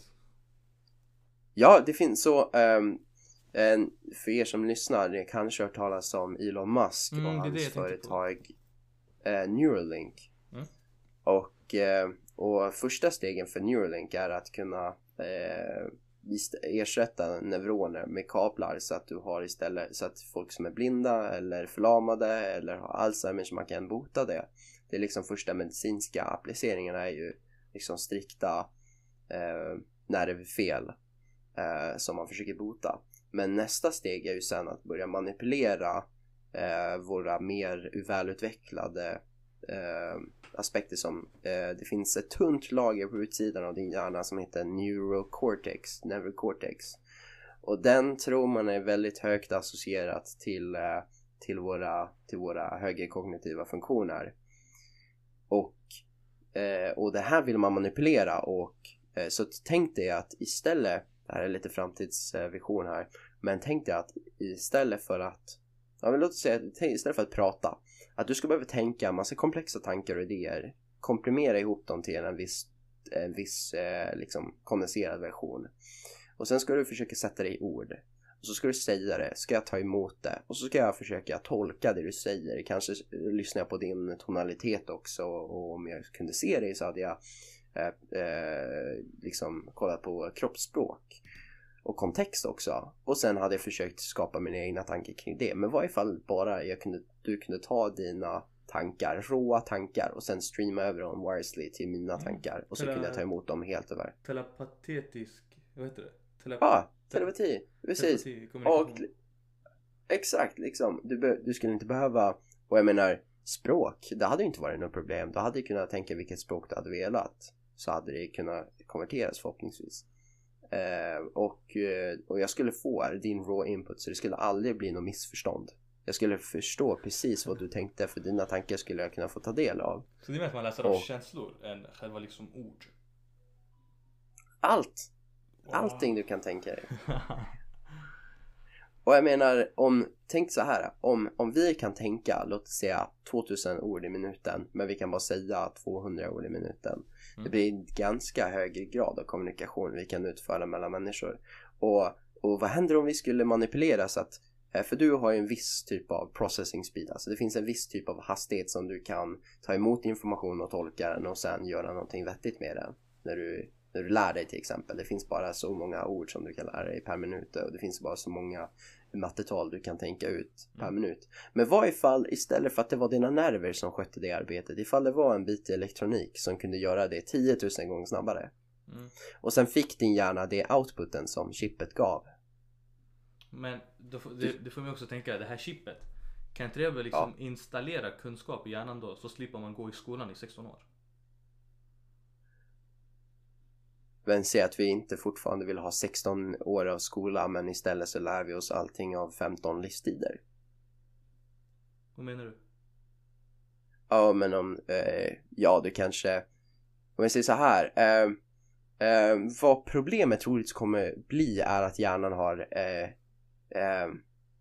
ja, det finns så um, en, för er som lyssnar, ni kanske har hört talas om Elon Musk mm, och hans företag uh, Neuralink. Mm. Och, uh, och första stegen för Neuralink är att kunna uh, ersätta neuroner med kablar, så att du har istället, så att folk som är blinda eller förlamade eller har Alzheimer, så man kan bota det. Det är liksom första medicinska appliceringarna är ju liksom strikta eh, nervfel eh, som man försöker bota. Men nästa steg är ju sen att börja manipulera eh, våra mer välutvecklade eh, aspekter, som eh, det finns ett tunt lager på utsidan av din hjärna som heter neurocortex, neurocortex, och den tror man är väldigt högt associerat till eh, till våra till våra högre kognitiva funktioner, och eh, och det här vill man manipulera, och eh, så tänk dig att istället, det här är lite framtidsvision här, men tänk dig att istället för att ja, men låt oss säga, istället för att prata, att du ska behöva tänka en massa komplexa tankar och idéer, komprimera ihop dem till en viss, en viss eh, liksom kondenserad version, och sen ska du försöka sätta det i ord, och så ska du säga det, ska jag ta emot det, och så ska jag försöka tolka det du säger, kanske lyssna på din tonalitet också, och om jag kunde se dig så hade jag eh, eh, liksom kollat på kroppsspråk och kontext också, och sen hade jag försökt skapa mina egna tankar kring det. Men vad ifall bara jag kunde, du kunde ta dina tankar, råa tankar, och sen streama över dem wirelessly till mina mm. tankar, och så Tele- kunde jag ta emot dem helt över. Telepatetisk, vad heter det? Tele- ja, telepati, precis. Telepati, och exakt, liksom du, be- du skulle inte behöva, och jag menar språk, det hade inte varit något problem. Du hade kunnat tänka vilket språk du hade velat, så hade det kunnat konverteras förhoppningsvis. Uh, och, uh, och jag skulle få din raw input, så det skulle aldrig bli något missförstånd. Jag skulle förstå precis vad du tänkte, för dina tankar skulle jag kunna få ta del av. Så det är mer att man läser av och, känslor än själva liksom ord? Allt! Wow. Allting du kan tänka dig. Och jag menar, om, tänk så här, om, om vi kan tänka, låt oss säga tvåtusen ord i minuten, men vi kan bara säga tvåhundra ord i minuten. Mm. Det blir en ganska högre grad av kommunikation vi kan utföra mellan människor. Och, och vad händer om vi skulle manipulera så att, för du har ju en viss typ av processing speed, alltså det finns en viss typ av hastighet som du kan ta emot information och tolka den och sen göra någonting vettigt med den. När du, när du lär dig till exempel, det finns bara så många ord som du kan lära dig per minut, och det finns bara så många mattetal du kan tänka ut per mm. minut. Men vad ifall istället för att det var dina nerver som skötte det arbetet, ifall det var en bit elektronik som kunde göra det tio tusen gånger snabbare, Mm. Och sen fick din hjärna det outputen som chippet gav. Men då, det, det får mig också tänka, det här chippet, kan inte det väl liksom Ja. installera kunskap i hjärnan då, så slipper man gå i skolan i sexton år? Men se att vi inte fortfarande vill ha sexton år av skola, men istället så lär vi oss allting av femton livstider. Vad menar du? Ja, men om, eh, ja du kanske, om jag säger så här, eh, eh, vad problemet troligtvis kommer bli är att hjärnan har, eh, eh,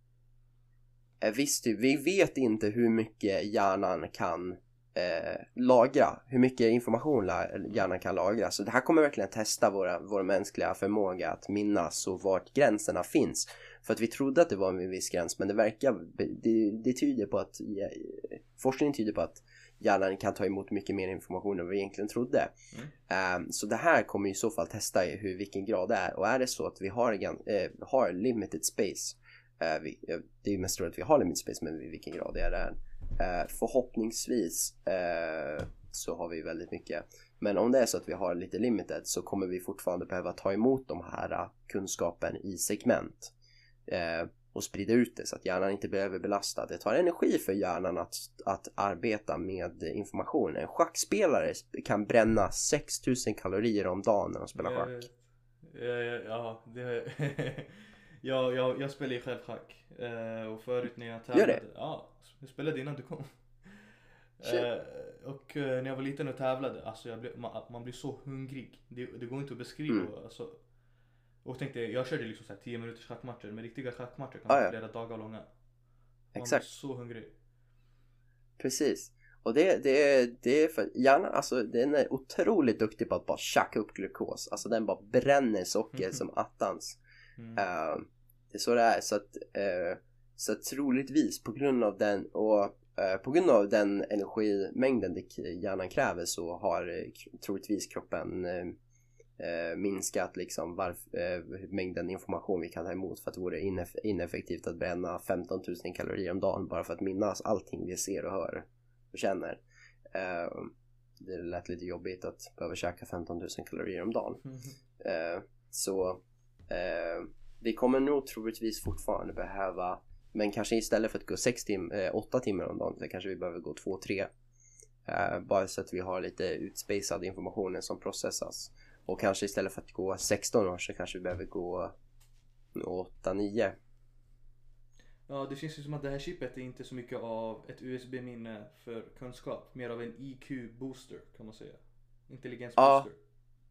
eh, visst, vi vet inte hur mycket hjärnan kan eh, lagra, hur mycket information la- hjärnan kan lagra, så det här kommer verkligen testa våra, vår mänskliga förmåga att minnas och vart gränserna finns. För att vi trodde att det var en viss gräns, men det verkar, det, det tyder på att, forskningen tyder på att hjärnan kan ta emot mycket mer information än vi egentligen trodde. Mm. Um, så det här kommer i så fall testa hur, vilken grad det är. Och är det så att vi har, uh, har limited space, uh, vi, uh, det är ju mest troligt att vi har limited space, men vilken grad det är det. Uh, förhoppningsvis uh, så har vi väldigt mycket. Men om det är så att vi har lite limited, så kommer vi fortfarande behöva ta emot de här uh, kunskapen i segment. Uh, och sprida ut det så att hjärnan inte blir överbelastad. Det tar energi för hjärnan att, att arbeta med information. En schackspelare kan bränna sex tusen kalorier om dagen när de spelar schack. Ja, ja, ja, det, ja, jag, jag spelar ju själv schack. Och förut när jag tävlade, Gör det? Ja, jag spelade innan du kom. Uh, och uh, när jag var liten och tävlade, alltså jag blev, man, man blir så hungrig. Det, det går inte att beskriva. Mm. Alltså, och tänkte, jag körde liksom så här tio minuters schackmatcher, men riktiga schackmatcher kan vara ah, ja. flera dagar långa. Man Exakt. blir så hungrig. Precis. Och det, det, det är för hjärnan, alltså den är otroligt duktig på att bara tjacka upp glukos. Alltså den bara bränner socker mm. som attans. Mm. Uh, det är så det är. Så att, uh, så att troligtvis på grund av den och uh, på grund av den energimängden det hjärnan kräver, så har uh, troligtvis kroppen uh, Uh, minskat liksom varf, uh, mängden information vi kan ta emot, för att det vore ineff- ineffektivt att bränna femton tusen kalorier om dagen bara för att minnas allting vi ser och hör och känner. Uh, det lät lite jobbigt att behöva käka femton tusen kalorier om dagen. Mm-hmm. Uh, så uh, vi kommer nog troligtvis fortfarande behöva, men kanske istället för att gå sex tim- uh, åtta timmar om dagen, så kanske vi behöver gå två tre. Uh, bara så att vi har lite utspacad informationen som processas. Och kanske istället för att gå sexton år så kanske vi behöver gå åtta nio. Ja, det känns ju som att det här chippet är inte så mycket av ett U S B-minne för kunskap. Mer av en I Q-booster kan man säga. Intelligensbooster. Ja,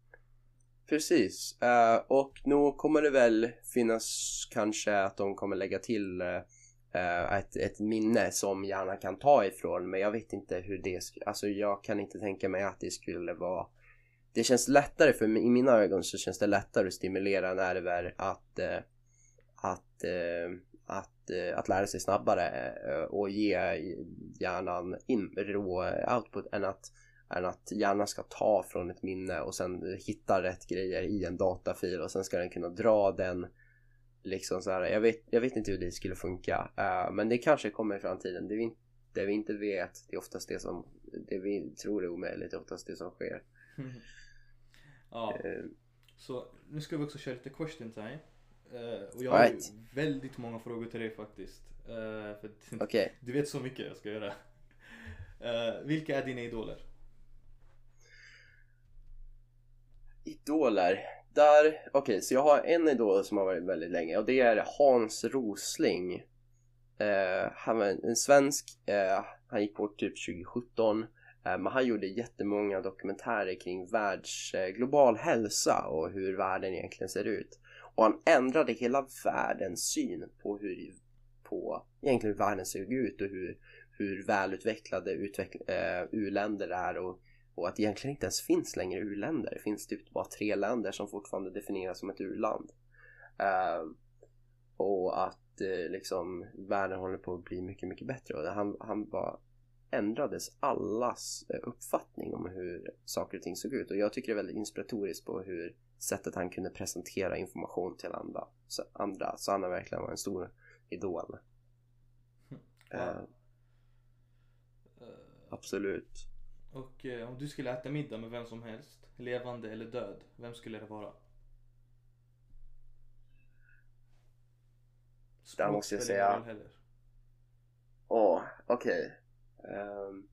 precis. Uh, och nu kommer det väl finnas kanske att de kommer lägga till uh, ett, ett minne som hjärnan kan ta ifrån. Men jag vet inte hur det skulle... Alltså jag kan inte tänka mig att det skulle vara... Det känns lättare, för i mina ögon så känns det lättare att stimulera nerver att, äh, att, äh, att, äh, att lära sig snabbare äh, och ge hjärnan in, rå output än att, än att hjärnan ska ta från ett minne och sen hitta rätt grejer i en datafil och sen ska den kunna dra den liksom så här. Jag vet, jag vet inte hur det skulle funka, äh, men det kanske kommer i framtiden. Det vi, det vi inte vet, det är oftast det som det vi tror är omöjligt, det är oftast det som sker. Mm. Ja, uh, så nu ska vi också köra lite question time. Uh, och jag right. har ju väldigt många frågor till dig faktiskt. Uh, för okay. Du vet så mycket jag ska göra. Uh, vilka är dina idoler? Idoler? Där, okej, okay, så jag har en idol som har varit väldigt länge, och det är Hans Rosling. Uh, han var en svensk, uh, han gick bort typ tjugo sjutton. Men han gjorde jättemånga dokumentärer kring världs, global hälsa och hur världen egentligen ser ut. Och han ändrade hela världens syn på hur på egentligen hur världen ser ut och hur, hur välutvecklade utveckl, uh, u-länder är. Och, och att det egentligen inte ens finns längre u-länder. Det finns typ bara tre länder som fortfarande definieras som ett u-land. Uh, och att uh, liksom världen håller på att bli mycket, mycket bättre. Och han, han var... ändrades allas uppfattning om hur saker och ting såg ut, och jag tycker det är väldigt inspiratoriskt på hur sättet han kunde presentera information till andra så, andra, så han har verkligen varit en stor idol. Wow. uh, uh, absolut. Och eh, om du skulle äta middag med vem som helst, levande eller död, vem skulle det vara? Där måste jag spelar ingen säga. roll heller. Åh, okej. Ehm,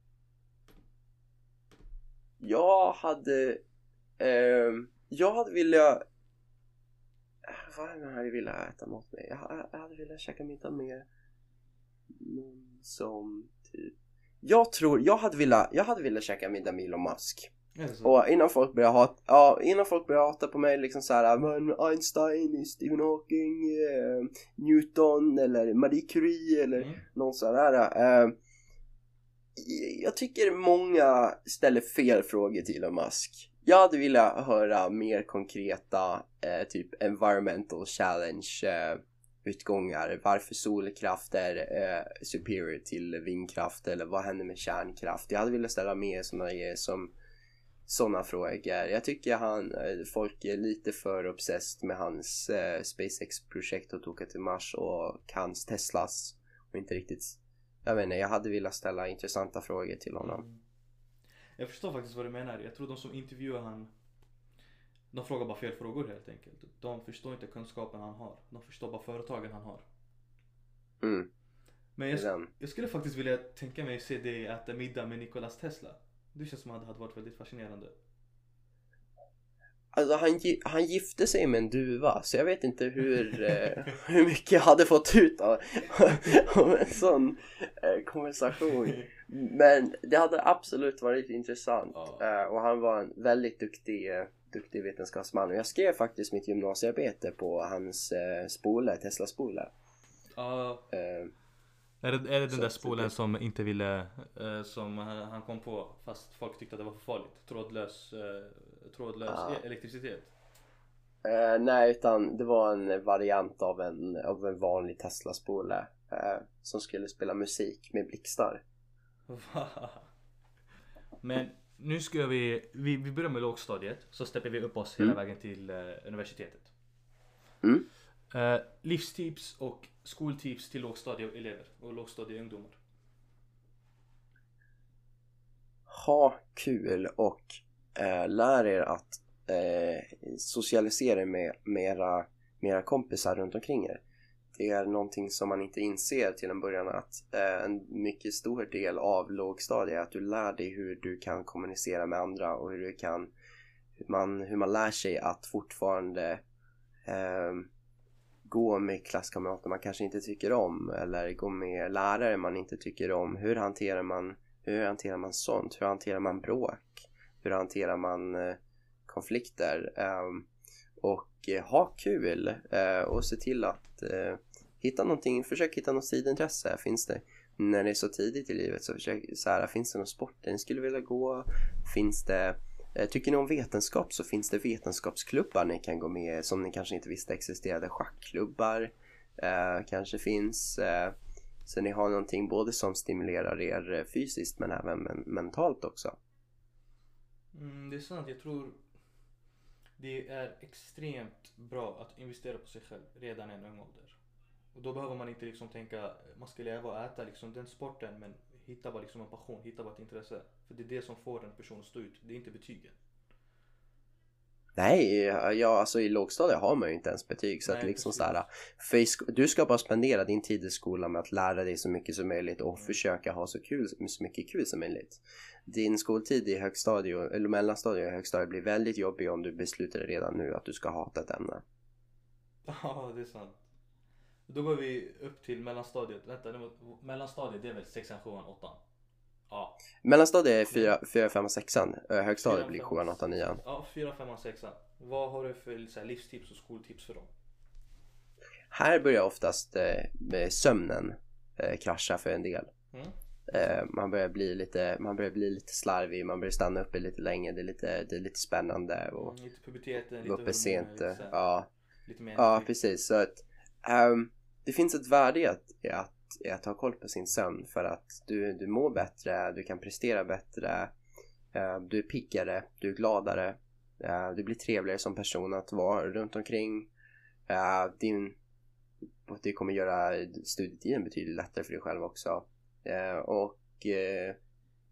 jag hade... ehm, jag hade velat... Vad är det jag hade velat äta mat med? Jag, jag hade velat käka middag med någon som typ... Jag tror... Jag hade velat, jag hade velat käka middag med Elon Musk. Är det så? Och innan folk börjar hata, ja, innan folk börjar hata på mig liksom så här, men Einstein, Stephen Hawking, eh, Newton eller Marie Curie eller Mm. någon sån där. Eh, jag tycker många ställer fel frågor till Elon Musk. Jag hade velat höra mer konkreta eh, typ environmental challenge eh, utgångar. Varför solkraft är eh, superior till vindkraft, eller vad händer med kärnkraft? Jag hade velat ställa mer sådana grejer som sådana frågor. Jag tycker han, folk är lite för obsessed med hans eh, SpaceX-projekt och åka till Mars och hans Teslas och inte riktigt, jag vet inte, jag hade velat ställa intressanta frågor till honom. Mm. Jag förstår faktiskt vad du menar. Jag tror de som intervjuar han, de frågar bara fel frågor helt enkelt. De förstår inte kunskapen han har. De förstår bara företagen han har. Mm. Men jag, Det är den. jag skulle faktiskt vilja tänka mig se dig äta middag med Nikolas Tesla. Det känns som att det hade varit väldigt fascinerande. Alltså han, gi- han gifte sig med en duva, så jag vet inte hur, eh, hur mycket jag hade fått ut av, av en sån eh, konversation. Men det hade absolut varit intressant. Ja. Eh, och han var en väldigt duktig, eh, duktig vetenskapsman. Och jag skrev faktiskt mitt gymnasiearbete på hans eh, spole, Tesla-spole. Ja. Eh, Är det, är det den Så där att spolen det- som inte ville, eh, som han han kom på fast folk tyckte att det var för farligt? Trådlös, eh, trådlös Ah. e- elektricitet. eh, nej, utan det var en variant av en, av en vanlig Tesla-spole eh, som skulle spela musik med blixtar. Men nu ska vi, vi, vi börjar med lågstadiet, så steppar vi upp oss hela Mm. vägen till eh, universitetet. Mm. Eh, livstips och skoltips till lågstadieelever och lågstadieungdomar. Ha kul och eh, lär er att eh, socialisera er med, med, era, med era kompisar runt omkring er. Det är någonting som man inte inser till en början, att eh, en mycket stor del av lågstadiet är att du lär dig hur du kan kommunicera med andra och hur du kan, hur man, hur man lär sig att fortfarande eh, gå med klasskamrater man kanske inte tycker om, eller gå med lärare man inte tycker om. Hur hanterar man hur hanterar man sånt? Hur hanterar man bråk? Hur hanterar man eh, konflikter? Um, och eh, ha kul eh, och se till att eh, hitta någonting, försök hitta något sidintresse. Finns det, när det är så tidigt i livet, så försök så här, finns det någon sport ni skulle vilja gå? Finns det, eh, tycker ni om vetenskap, så finns det vetenskapsklubbar ni kan gå med i, som ni kanske inte visste existerade. Schackklubbar eh, kanske finns, eh, så ni har någonting både som stimulerar er fysiskt men även men- mentalt också. Mm, det är sant, jag tror det är extremt bra att investera på sig själv redan i en ung ålder. Och då behöver man inte liksom tänka, man ska leva och äta liksom den sporten, men hitta bara liksom en passion, hitta bara ett intresse. För det är det som får en person att stå ut, det är inte betygen. Nej, ja, alltså i lågstadiet har man ju inte ens betyg, så Nej, att liksom precis. så här, face- du ska bara spendera din tid i skolan med att lära dig så mycket som möjligt och Mm. försöka ha så kul, så mycket kul som möjligt. Din skoltid i högstadiet eller mellanstadiet och högstadiet blir väldigt jobbig om du beslutar redan nu att du ska hata ett ämne. Ja, det är sant. Då går vi upp till mellanstadiet. Vänta, det var, mellanstadiet det är väl sexan, sjuan, åttan? Ja. Mellanstadiet är fyra, fyra, fem och sexan. Högstadiet Fyra, blir fem, sjuan, åttan, nian. Ja, fyra, femman, sexan. Vad har du för så här, livstips och skoltips för dem? Här börjar oftast eh, med sömnen eh, krascha för en del. Mm. Eh, man börjar bli lite man börjar bli lite slarvig, man börjar stanna uppe lite länge, det är lite, det är lite spännande och Mm, lite puberteten, lite gå uppe sent. lite, så här, Ja, lite mer ja energi. precis. Så att ehm, det finns ett värde i att, i att, i att ha koll på sin sömn, för att du, du mår bättre, du kan prestera bättre, eh, du är piggare, du är gladare, eh, du blir trevligare som person att vara runt omkring. Eh, din, och det kommer göra studietiden betydligt lättare för dig själv också. Eh, och eh,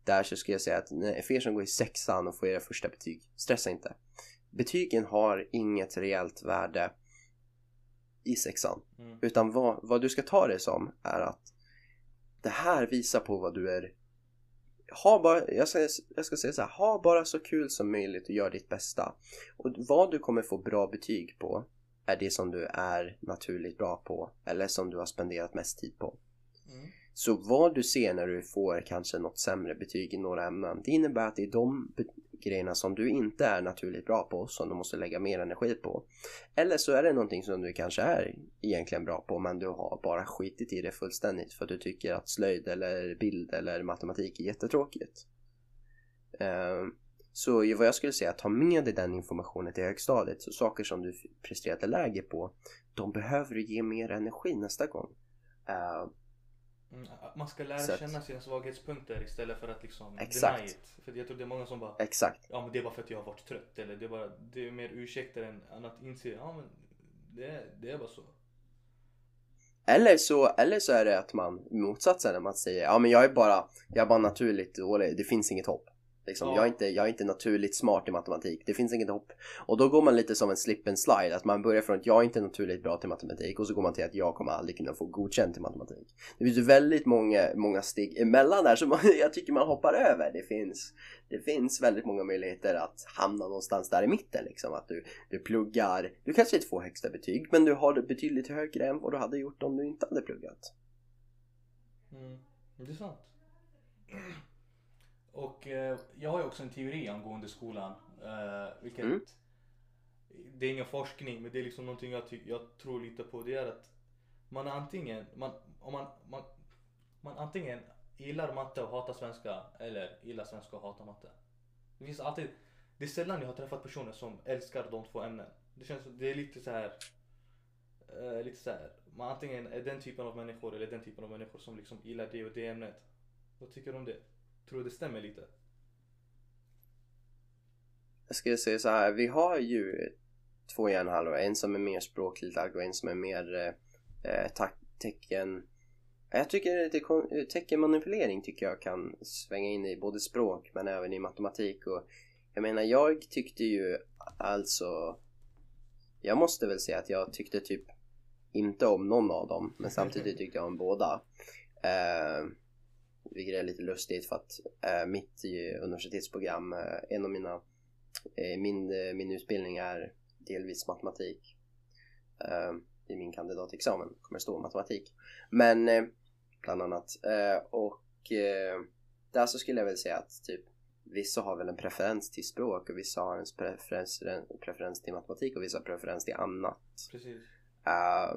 där så skulle jag säga att nej, för er som går i sexan och får era första betyg, stressa inte. Betygen har inget reellt värde i sexan. Mm. Utan vad, vad du ska ta det som är att det här visar på vad du är. Ha bara, jag, ska, jag ska säga så här, ha bara så kul som möjligt och gör ditt bästa. Och vad du kommer få bra betyg på är det som du är naturligt bra på. Eller som du har spenderat mest tid på. Mm. Så vad du ser när du får kanske något sämre betyg i några ämnen, det innebär att det är de be- grejerna som du inte är naturligt bra på som du måste lägga mer energi på. Eller så är det någonting som du kanske är egentligen bra på, men du har bara skitit i det fullständigt för att du tycker att slöjd eller bild eller matematik är jättetråkigt. Uh, så vad jag skulle säga, ta med dig den informationen till högstadiet. Så saker som du presterade läge på, de behöver du ge mer energi nästa gång. Uh, Mm, man ska lära så känna sina svaghetspunkter istället för att liksom exakt. deny it. För jag tror det är många som bara exakt. Ja men det är bara för att jag har varit trött. Eller det är bara, det är mer ursäkter än, än att inse, ja men det, det är bara så. Eller så, eller så är det att man motsatsen, när man säger ja men jag är bara, jag är bara naturligt dålig, det finns inget hopp. Liksom, ja. jag, är inte, jag är inte naturligt smart i matematik. Det finns inget hopp. Och då går man lite som en slip and slide. Att man börjar från att jag är inte naturligt bra till matematik. Och så går man till att jag kommer aldrig kunna få godkänt i matematik. Det finns väldigt många, många steg emellan där som man, jag tycker man hoppar över. Det finns, det finns väldigt många möjligheter att hamna någonstans där i mitten. Liksom. Att du, du pluggar. Du kanske inte får högsta betyg, men du har det betydligt högre än vad du hade gjort om du inte hade pluggat. Mm, det är sant. Och eh, jag har ju också en teori angående skolan, eh, vilket mm. det är ingen forskning, men det är liksom någonting jag, ty- jag tror lite på. Det är att man antingen man, om man, man, man antingen gillar matte och hatar svenska, eller gillar svenska och hatar matte. Det finns alltid, det är sällan jag har träffat personer som älskar de två ämnen. Det känns, det är lite så här, eh, lite så här, man antingen är den typen av människor eller den typen av människor som liksom gillar det och det ämnet. Vad tycker du om det? Tror det stämmer lite? Jag skulle säga så här, vi har ju två hjärnhalvor, en som är mer språkligt lagd och en som är mer eh, ta- tecken. Jag tycker lite kon- teckenmanipulering tycker jag kan svänga in i både språk men även i matematik. Och jag menar, jag tyckte ju alltså, jag måste väl säga att jag tyckte typ inte om någon av dem, men samtidigt tyckte jag om båda. Eh, Vilket är lite lustigt för att äh, mitt universitetsprogram, äh, en av mina, äh, min, äh, min utbildning är delvis matematik. Äh, I min kandidatexamen kommer det stå matematik. Men äh, bland annat. Äh, och äh, där så skulle jag väl säga att typ vissa har väl en preferens till språk och vissa har en preferens, preferens till matematik och vissa har preferens till annat. Precis. Äh,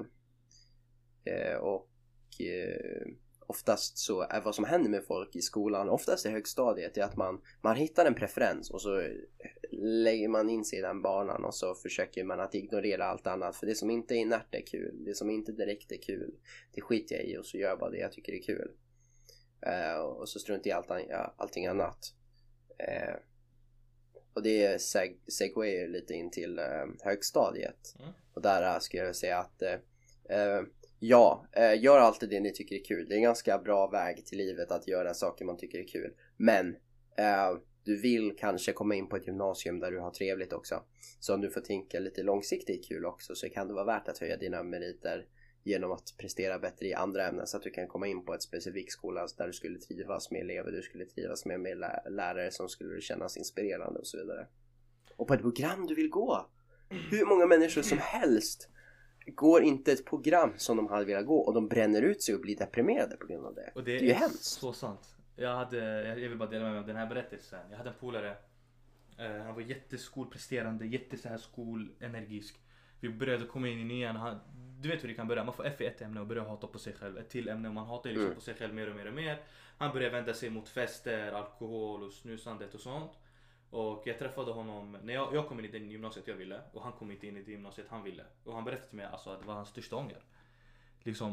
äh, och äh, oftast så är vad som händer med folk i skolan, oftast i högstadiet, är att man, man hittar en preferens och så lägger man in sig i den banan och så försöker man att ignorera allt annat. För det som inte är inärt är kul, det som inte direkt är kul, det skiter jag i och så gör jag bara det jag tycker är kul. Uh, och så strunt i allt, ja, allting annat. Uh, och det seg- segway lite in till uh, högstadiet. Mm. Och där uh, skulle jag säga att uh, ja, uh, gör alltid det ni tycker är kul. Det är en ganska bra väg till livet att göra saker man tycker är kul. Men uh, du vill kanske komma in på ett gymnasium där du har trevligt också. Så om du får tänka lite långsiktigt kul också, så kan det vara värt att höja dina meriter genom att prestera bättre i andra ämnen, så att du kan komma in på ett specifik skola där du skulle trivas med elever, du skulle trivas med, med lärare som skulle kännas inspirerande och så vidare. Och på ett program du vill gå. Hur många människor som helst går inte ett program som de hade velat gå och de bränner ut sig och blir deprimerade på grund av det. Och det, det är ju hemskt. Så sant. Jag hade, jag vill bara dela med mig av den här berättelsen. Jag hade en polare, eh, han var jätteskolpresterande, jätte så här skolenergisk. Vi började komma in i nian. Han, du vet hur det kan börja. Man får F i ett ämne och börjar hata på sig själv. Ett till ämne och man hatar liksom mm. på sig själv mer och mer och mer. Han började vända sig mot fester, alkohol och snusandet och sånt. Och jag träffade honom när jag, jag kom in i det gymnasiet jag ville. Och han kom inte in i det gymnasiet han ville. Och han berättade till mig alltså, att det var hans största ånger. Liksom,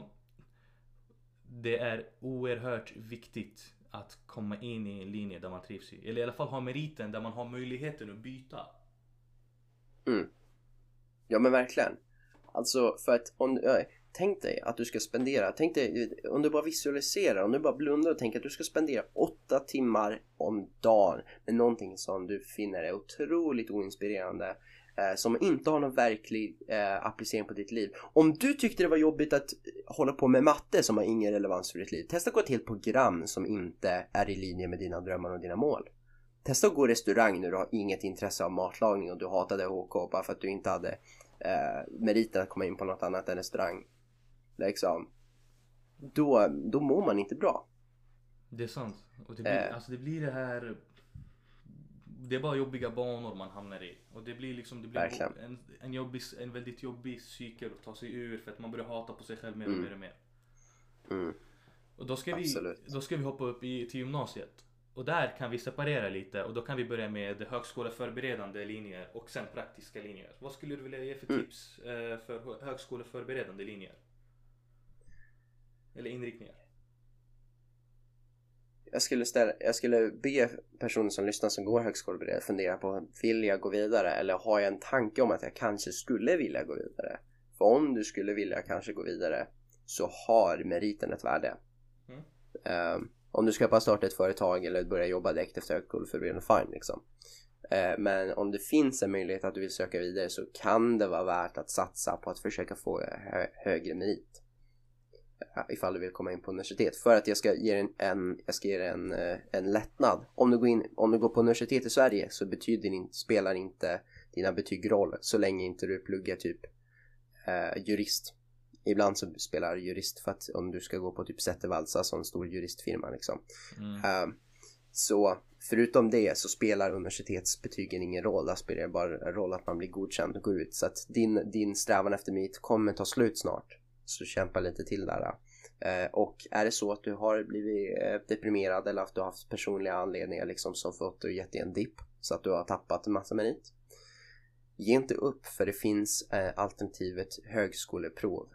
det är oerhört viktigt att komma in i en linje där man trivs i. Eller i alla fall ha meriten där man har möjligheten att byta. Mm. Ja men verkligen. Alltså för att om, tänk dig att du ska spendera, tänk dig om du bara visualiserar, om du bara blundar och tänker att du ska spendera åtta timmar om dagen med någonting som du finner är otroligt oinspirerande, eh, som inte har någon verklig eh, applicering på ditt liv. Om du tyckte det var jobbigt att hålla på med matte som har ingen relevans för ditt liv, testa att gå till ett program som inte är i linje med dina drömmar och dina mål. Testa att gå restaurang när du har inget intresse av matlagning och du hatade H K bara för att du inte hade eh, meriten att komma in på något annat än restaurang. Liksom. Då, då mår man inte bra. Det är sant. Och det blir, eh. alltså det blir det här... Det är bara jobbiga banor man hamnar i. Och det blir liksom det blir en, en, jobbig, en väldigt jobbig cykel att ta sig ur, för att man börjar hata på sig själv mer och mm. mer och mer. Mm. Och då ska, vi, då ska vi hoppa upp i, till gymnasiet. Och där kan vi separera lite, och då kan vi börja med högskoleförberedande linjer och sen praktiska linjer. Vad skulle du vilja ge för mm. tips eh, för högskoleförberedande linjer? Eller inriktningar? Jag skulle, ställa, jag skulle be personer som lyssnar som går högskoleberedande fundera på, vill jag gå vidare eller har jag en tanke om att jag kanske skulle vilja gå vidare? För om du skulle vilja kanske gå vidare så har meriten ett värde. Mm. Um, om du ska bara starta ett företag eller börja jobba direkt efter högskoleförberedande, fine liksom. Uh, men om det finns en möjlighet att du vill söka vidare så kan det vara värt att satsa på att försöka få hö- högre merit. Ifall du vill komma in på universitet. För att jag ska ge en, en, jag ska ge en, en lättnad. Om du, går in, om du går på universitet i Sverige så betyder inte, spelar inte dina betyg roll så länge inte du pluggar typ eh, jurist. Ibland så spelar jurist för att om du ska gå på typ Zettervalls, alltså en stor juristfirma liksom. Mm. Um, så förutom det så spelar universitetsbetygen ingen roll. Där spelar det bara roll att man blir godkänd och går ut. Så att din, din strävan efter merit kommer ta slut snart. Så kämpa lite till där. Eh, och är det så att du har blivit eh, deprimerad eller att du har haft personliga anledningar liksom, som fått och gett dig en dipp så att du har tappat en massa merit, ge inte upp, för det finns eh, alternativet högskoleprov.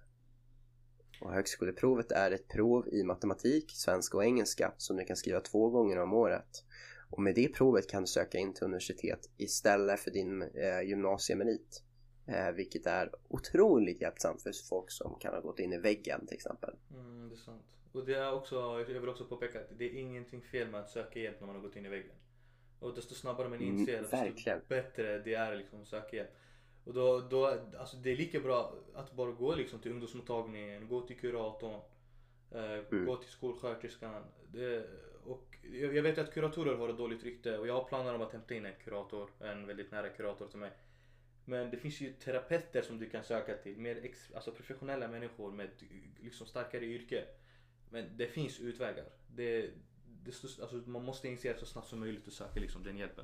Och högskoleprovet är ett prov i matematik, svenska och engelska som du kan skriva två gånger om året. Och med det provet kan du söka in till universitet istället för din eh, gymnasiemerit. Eh, vilket är otroligt hjälpsamt för folk som kan ha gått in i väggen till exempel. Mm, det är sant. Och det är också, jag vill också påpeka att det är ingenting fel med att söka hjälp när man har gått in i väggen. Och desto snabbare man inser, mm, desto bättre det är liksom att söka hjälp. Och då, då, alltså det är lika bra att bara gå liksom till ungdomsmottagningen, gå till kuratorn, eh, mm. gå till skolsköterskan. Det, och jag vet att kuratorer har ett dåligt rykte och jag har planer om att hämta in en kurator, en väldigt nära kurator till mig. Men det finns ju terapeuter som du kan söka till, mer ex, alltså professionella människor med liksom starkare yrke. Men det finns utvägar. Det, det, alltså man måste inse så snabbt som möjligt att söka liksom den hjälpen.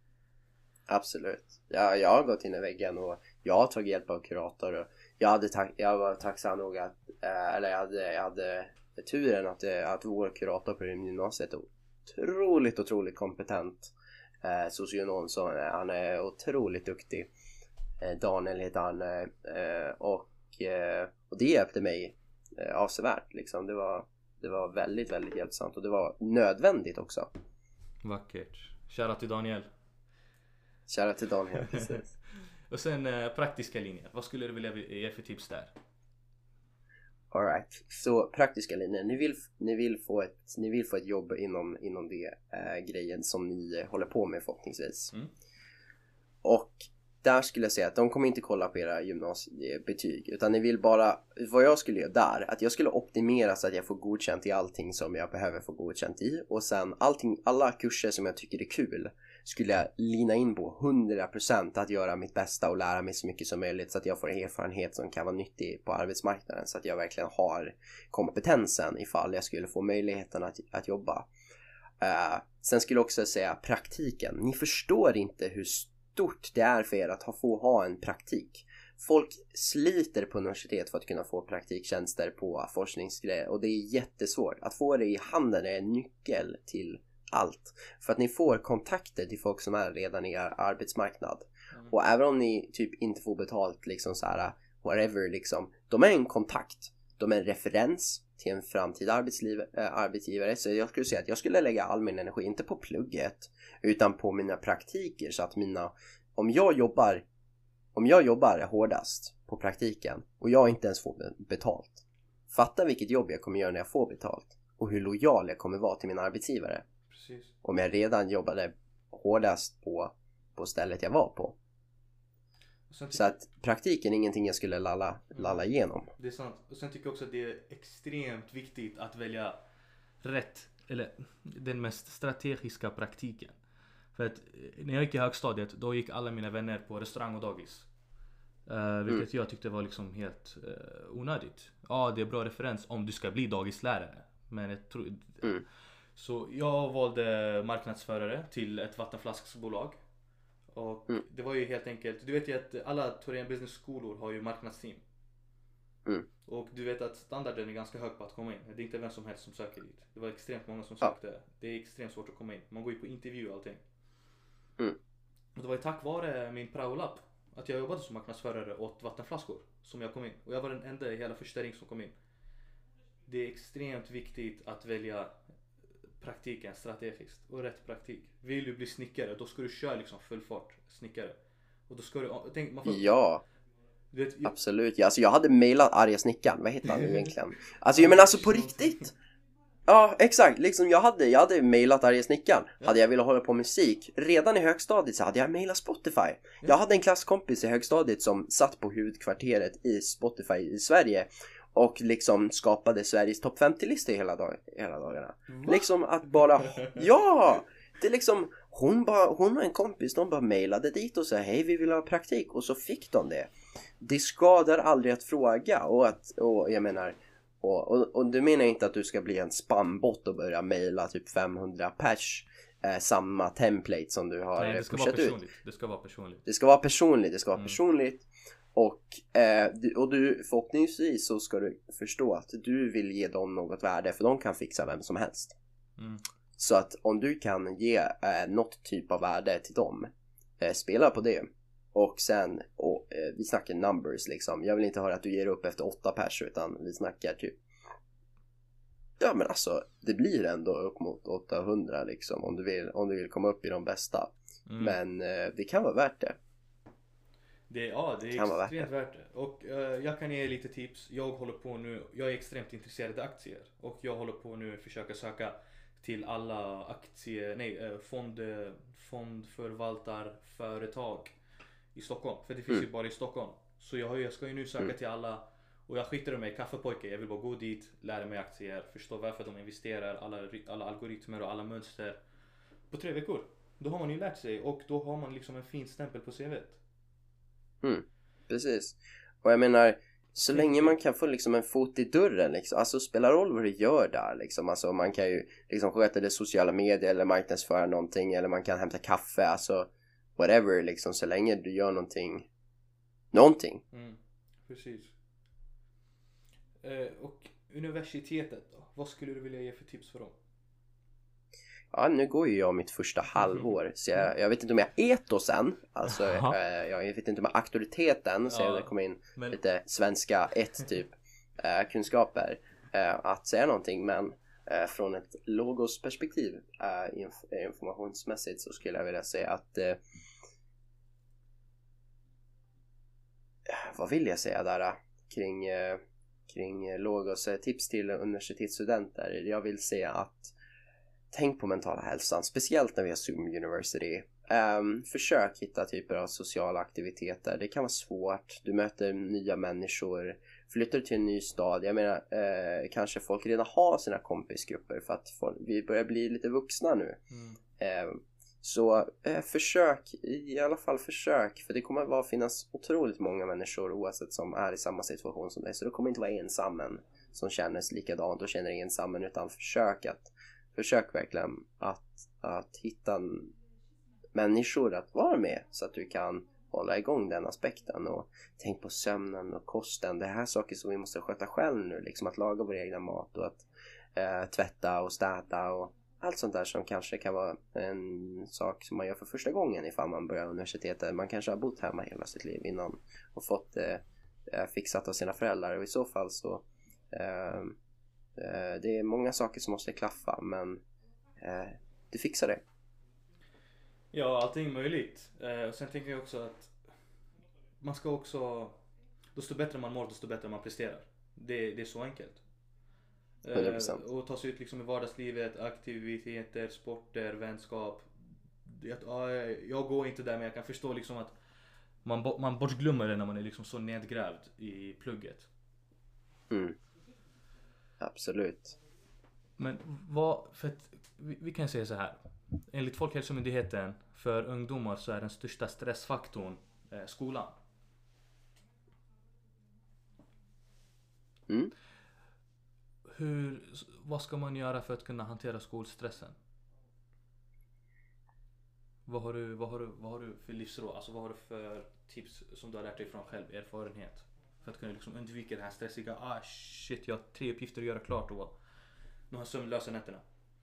Absolut. Ja, jag har gått in i väggen och jag har tagit hjälp av kurator. Och jag, hade ta- jag var tacksam nog att, äh, eller jag hade, jag hade turen att, att vår kurator på gymnasiet är otroligt, otroligt kompetent äh, socionom. Så han är otroligt duktig. Daniel heter han, och, och det hjälpte mig avsevärt liksom. Det var, det var väldigt, väldigt hjälpsamt och det var nödvändigt också. Vackert. Shoutout till Daniel. Shoutout till Daniel, precis. Och sen eh, praktiska linjer. Vad skulle du vilja ge för tips där? All right. Så praktiska linjer. Ni vill, ni vill, få, ett, ni vill få ett jobb inom, inom det eh, grejen som ni håller på med förhoppningsvis. Mm. Och där skulle jag säga att de kommer inte kolla på era gymnasiebetyg, utan ni vill bara, vad jag skulle göra där, att jag skulle optimera så att jag får godkänt i allting som jag behöver få godkänt i, och sen allting, alla kurser som jag tycker är kul skulle jag lina in på hundra procent att göra mitt bästa och lära mig så mycket som möjligt så att jag får erfarenhet som kan vara nyttig på arbetsmarknaden, så att jag verkligen har kompetensen ifall jag skulle få möjligheten att, att jobba. Uh, sen skulle jag också säga praktiken. Ni förstår inte hur stort det är för er att ha, få ha en praktik. Folk sliter på universitet för att kunna få praktiktjänster på forskningsgrejer, och det är jättesvårt. Att få det i handen är en nyckel till allt. För att ni får kontakter till folk som är redan i er arbetsmarknad. Mm. Och även om ni typ inte får betalt liksom så här, whatever liksom, de är en kontakt. De är en referens till en framtida arbetsliv, äh, arbetsgivare. Så jag skulle säga att jag skulle lägga all min energi inte på plugget utan på mina praktiker, så att mina, om jag jobbar om jag jobbar hårdast på praktiken och jag inte ens får betalt, fatta vilket jobb jag kommer göra när jag får betalt och hur lojal jag kommer vara till min arbetsgivare. Precis. Om jag redan jobbade hårdast på, på stället jag var på. Så att praktiken är ingenting jag skulle lalla, lalla igenom. Det är sant. Och sen tycker jag också att det är extremt viktigt att välja rätt, eller den mest strategiska praktiken. För att när jag gick i högstadiet, då gick alla mina vänner på restaurang och dagis. Uh, vilket mm. jag tyckte var liksom helt uh, onödigt. Ja, det är bra referens om du ska bli dagislärare. Men jag tror... Mm. Så jag valde marknadsförare till ett vattenflasksbolag. Och mm. det var ju helt enkelt, du vet ju att alla Torén Business skolor har ju marknadsteam. Mm. Och du vet att standarden är ganska hög på att komma in. Det är inte vem som helst som söker dit. Det var extremt många som sökte. Ja. Det är extremt svårt att komma in. Man går ju på intervju och allting. Mm. Och det var ju tack vare min praolapp att jag jobbade som marknadsförare åt vattenflaskor som jag kom in. Och jag var den enda i hela första ring som kom in. Det är extremt viktigt att välja praktiken strategiskt och rätt praktik. Vill du bli snickare, då ska du köra liksom full fart snickare. Och då ska du tänk, man får, ja. Du vet, jag... Absolut. Ja, alltså jag hade mejlat arga snickaren. Vad heter han nu egentligen? Alltså, men alltså på riktigt. Ja, exakt. Liksom jag hade, jag hade mejlat arga snickaren. Ja. Hade jag velat hålla på musik redan i högstadiet så hade jag mejlat Spotify. Ja. Jag hade en klasskompis i högstadiet som satt på huvudkvarteret i Spotify i Sverige och liksom skapade Sveriges topp femtio-listor hela, dag, hela dagarna. Va? Liksom att bara, ja! Det är liksom, hon, bara, hon och en kompis, de bara mejlade dit och sa hej, vi vill ha praktik. Och så fick de det. Det skadar aldrig att fråga. Och, att, och jag menar, och, och, och du menar inte att du ska bli en spambot och börja mejla typ femhundra pers eh, samma template som du har. Nej, det ska pushat vara personligt. ut. Det ska vara personligt. Det ska vara personligt, det ska vara mm. personligt. Och, eh, du, och du, förhoppningsvis så ska du förstå att du vill ge dem något värde, för de kan fixa vem som helst. Mm. Så att om du kan ge eh, något typ av värde till dem, eh, spela på det. Och sen, och, eh, vi snackar numbers liksom. Jag vill inte höra att du ger upp efter åtta pers, utan vi snackar typ, ja men alltså, det blir ändå upp mot åttahundra liksom, om du vill, om du vill komma upp i de bästa. Mm. Men eh, det kan vara värt det. Det, ja, det är kan extremt värt det. Och uh, jag kan ge lite tips. Jag håller på nu, jag är extremt intresserad av aktier. Och jag håller på nu att försöka söka till alla aktier, nej, fond, fondförvaltarföretag i Stockholm. För det finns mm. ju bara i Stockholm. Så jag, jag ska ju nu söka mm. till alla. Och jag skiter i mig, kaffepojke. Jag vill bara gå dit, lära mig aktier, förstå varför de investerar, alla, alla algoritmer och alla mönster. På tre veckor. Då har man ju lärt sig och då har man liksom en fin stämpel på C V:t. Mm, precis. Och jag menar, så länge man kan få liksom en fot i dörren liksom, alltså spelar roll vad du gör där liksom, alltså man kan ju liksom sköta det sociala medier eller marknadsföra någonting, eller man kan hämta kaffe, alltså whatever liksom, så länge du gör någonting någonting. Mm, precis. Eh, och universitetet då? Vad skulle du vilja ge för tips för dem? Ja, nu går ju jag mitt första halvår, så jag, jag vet inte om jag är etosen, alltså eh, jag vet inte om jag är auktoriteten, så ja, jag kommer in men... lite svenska ett typ eh, kunskaper eh, att säga någonting, men eh, från ett logos perspektiv eh, inf- informationsmässigt så skulle jag vilja säga att eh, vad vill jag säga där eh, kring, eh, kring logos, eh, tips till universitetsstudenter. Jag vill säga att tänk på mentala hälsan, speciellt när vi har Zoom University. Um, försök hitta typer av sociala aktiviteter. Det kan vara svårt. Du möter nya människor. Flyttar till en ny stad. Jag menar, uh, kanske folk redan har sina kompisgrupper för att folk, vi börjar bli lite vuxna nu. Mm. Uh, så uh, försök, i alla fall försök. För det kommer vara finnas otroligt många människor oavsett som är i samma situation som dig. Så du kommer inte vara ensam en som känner sig likadant och känner ensam, utan försök att Försök verkligen att, att hitta människor att vara med så att du kan hålla igång den aspekten. Och tänk på sömnen och kosten. Det här är saker som vi måste sköta själv nu. Liksom att laga vår egna mat och att eh, tvätta och städa och allt sånt där som kanske kan vara en sak som man gör för första gången ifall man börjar universitetet. Man kanske har bott hemma hela sitt liv innan och fått eh, fixat av sina föräldrar. Och i så fall så... Eh, det är många saker som måste klaffa, men eh, du fixar det. Ja, allting är möjligt. eh, Och sen tänker jag också att man ska också, desto bättre man mår, desto bättre man presterar. Det, det är så enkelt. hundra procent. Eh, och ta sig ut liksom i vardagslivet, aktiviteter, sporter, vänskap. Det, ja, jag går inte där, men jag kan förstå liksom att man, bo, man bortglömmer det när man är liksom så nedgrävd i plugget. Mm. Absolut. Men vad, för att, vi, vi kan säga så här. Enligt Folkhälsomyndigheten, för ungdomar så är den största stressfaktorn eh, skolan. Mm. Hur, vad ska man göra för att kunna hantera skolstressen? Vad har du, vad har du, vad har du för livsråd? Alltså vad har du för tips som du har lärt dig från själv, erfarenhet? För att kunna liksom undvika det här stressiga, ah shit, jag har tre uppgifter att göra klart och nu har jag sömnlösa nätterna.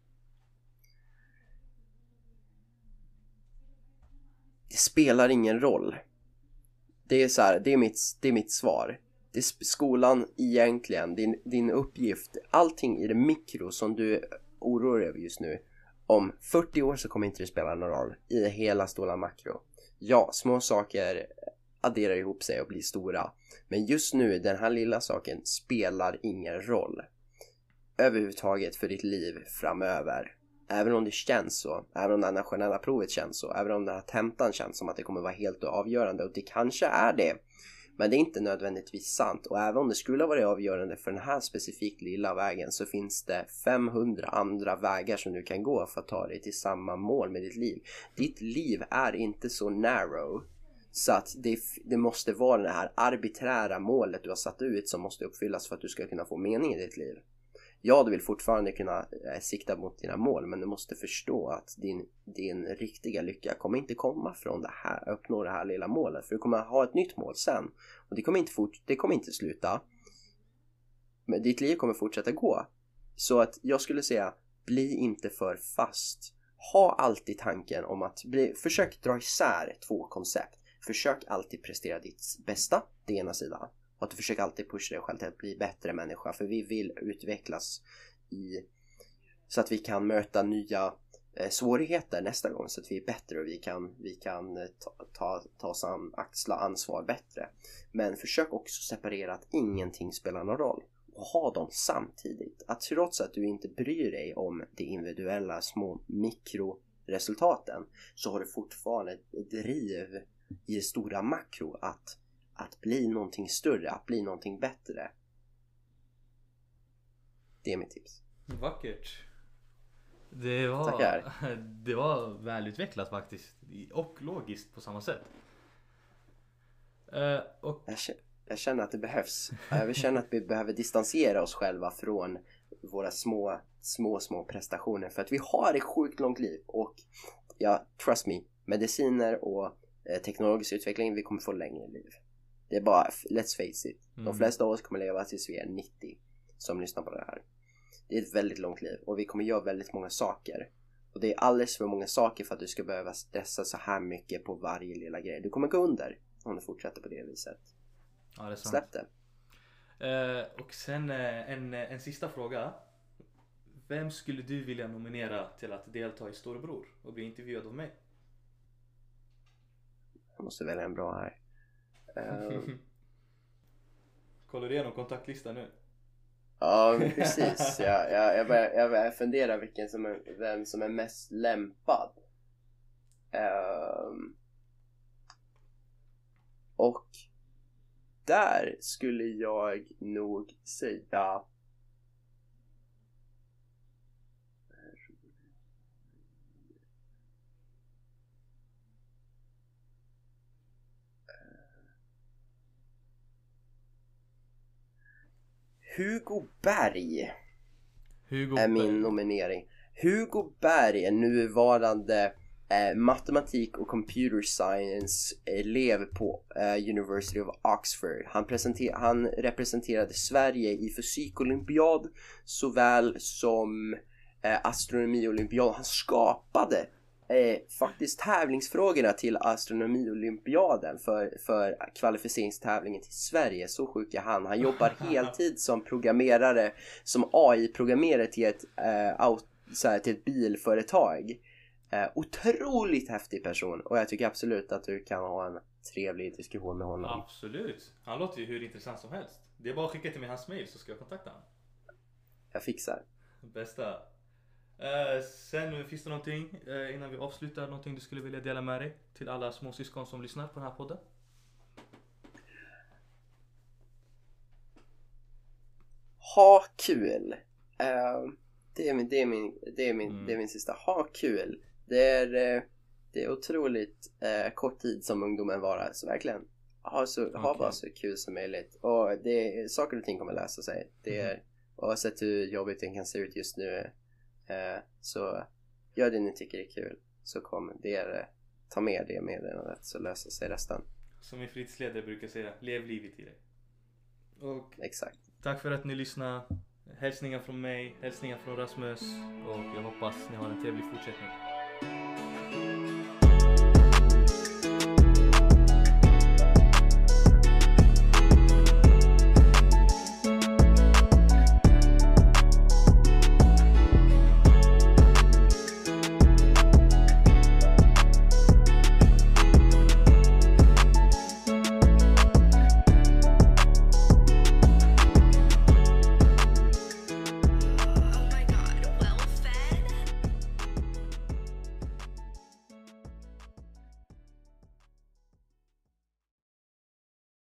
Det spelar ingen roll. Det är så här, det är mitt, det är mitt svar. Det är skolan egentligen, din, din uppgift, allting i det mikro som du oroar över just nu. Om fyrtio år så kommer inte det spela någon roll i hela stora makro. Ja, små saker adderar ihop sig och blir stora. Men just nu, den här lilla saken spelar ingen roll överhuvudtaget för ditt liv framöver. Även om det känns så, även om det här nationella provet känns så, även om den här tentan känns som att det kommer vara helt avgörande, och det kanske är det. Men det är inte nödvändigtvis sant, och även om det skulle vara avgörande för den här specifikt lilla vägen, så finns det femhundra andra vägar som du kan gå för att ta dig till samma mål med ditt liv. Ditt liv är inte så narrow så att det, det måste vara det här arbiträra målet du har satt ut som måste uppfyllas för att du ska kunna få mening i ditt liv. Ja, du vill fortfarande kunna eh, sikta mot dina mål, men du måste förstå att din, din riktiga lycka kommer inte komma från det här, uppnå det här lilla målet. För du kommer ha ett nytt mål sen. Och det kommer inte, fort, det kommer inte sluta. Men ditt liv kommer fortsätta gå. Så att jag skulle säga, bli inte för fast. Ha alltid tanken om att bli, försök dra isär två koncept. Försök alltid prestera ditt bästa, det ena sidan. Och att du försöker alltid pusha dig själv till att bli bättre människa. För vi vill utvecklas i, så att vi kan möta nya eh, svårigheter nästa gång. Så att vi är bättre och vi kan, vi kan ta, ta, ta oss an, axla ansvar bättre. Men försök också separera att ingenting spelar någon roll. Och ha dem samtidigt. Att trots att du inte bryr dig om de individuella små mikroresultaten, så har du fortfarande ett driv i det stora makro att Att bli någonting större, att bli någonting bättre. Det är mitt tips. Vackert. Det var, Tackar. Det var välutvecklat faktiskt. Och logiskt på samma sätt. Uh, och... jag, känner, jag känner att det behövs. Jag känner att vi behöver distansera oss själva från våra små, små, små prestationer. För att vi har ett sjukt långt liv. Och ja, trust me, mediciner och eh, teknologisk utveckling, vi kommer få längre liv. Det är bara, let's face it. De flesta av oss kommer leva tills vi är nittio som lyssnar på det här. Det är ett väldigt långt liv och vi kommer göra väldigt många saker. Och det är alldeles för många saker för att du ska behöva stressa så här mycket på varje lilla grej. Du kommer gå under om du fortsätter på det viset. Ja, det är sant. Släpp det. Uh, och sen uh, en, en sista fråga. Vem skulle du vilja nominera till att delta i Storebror och bli intervjuad av mig? Jag måste välja en bra här. Uh... Kollar du igenom kontaktlistan nu? Ja, precis. Jag, jag, jag, börjar, jag börjar fundera vilken som är, vem som är mest lämpad. Um... Och där skulle jag nog säga Hugo Berg. Hugo är min Berg. nominering. Hugo Berg är nuvarande eh, matematik och computer science elev på eh, University of Oxford. Han, presenter- han representerade Sverige i fysikolympiad såväl som eh, astronomiolympiad. Han skapade eh, faktiskt tävlingsfrågorna till astronomiolympiaden för, för kvalificeringstävlingen till Sverige. Så sjuk är han. Han jobbar heltid som programmerare, som A I-programmerare till ett, eh, out, så här, till ett bilföretag. Eh, otroligt häftig person. Och jag tycker absolut att du kan ha en trevlig diskussion med honom. Absolut. Han låter ju hur intressant som helst. Det är bara att skicka till mig hans mail så ska jag kontakta honom. Jag fixar. Bästa. Eh, sen finns det någonting eh, innan vi avslutar, någonting du skulle vilja dela med dig till alla småsyskon som lyssnar på den här podden? Ha kul. Uh, det, är min, det, är min, det, är min, Mm. det är min sista. Ha kul. Det är, uh, det är otroligt uh, kort tid som ungdomen varar. Så verkligen, ha, så, okay. ha bara så kul som möjligt. Och det är, saker och ting kommer lösa sig. Det är, mm. Oavsett hur jobbigt det kan se ut just nu, uh, så gör det ni tycker är kul. Så kommer det, uh, ta med det med det, så löser sig resten. Som min fritidsledare brukar säga, lev livet i dig. Och exakt. Tack för att ni lyssnade. Hälsningar från mig, hälsningar från Rasmus. Och jag hoppas ni har en trevlig fortsättning.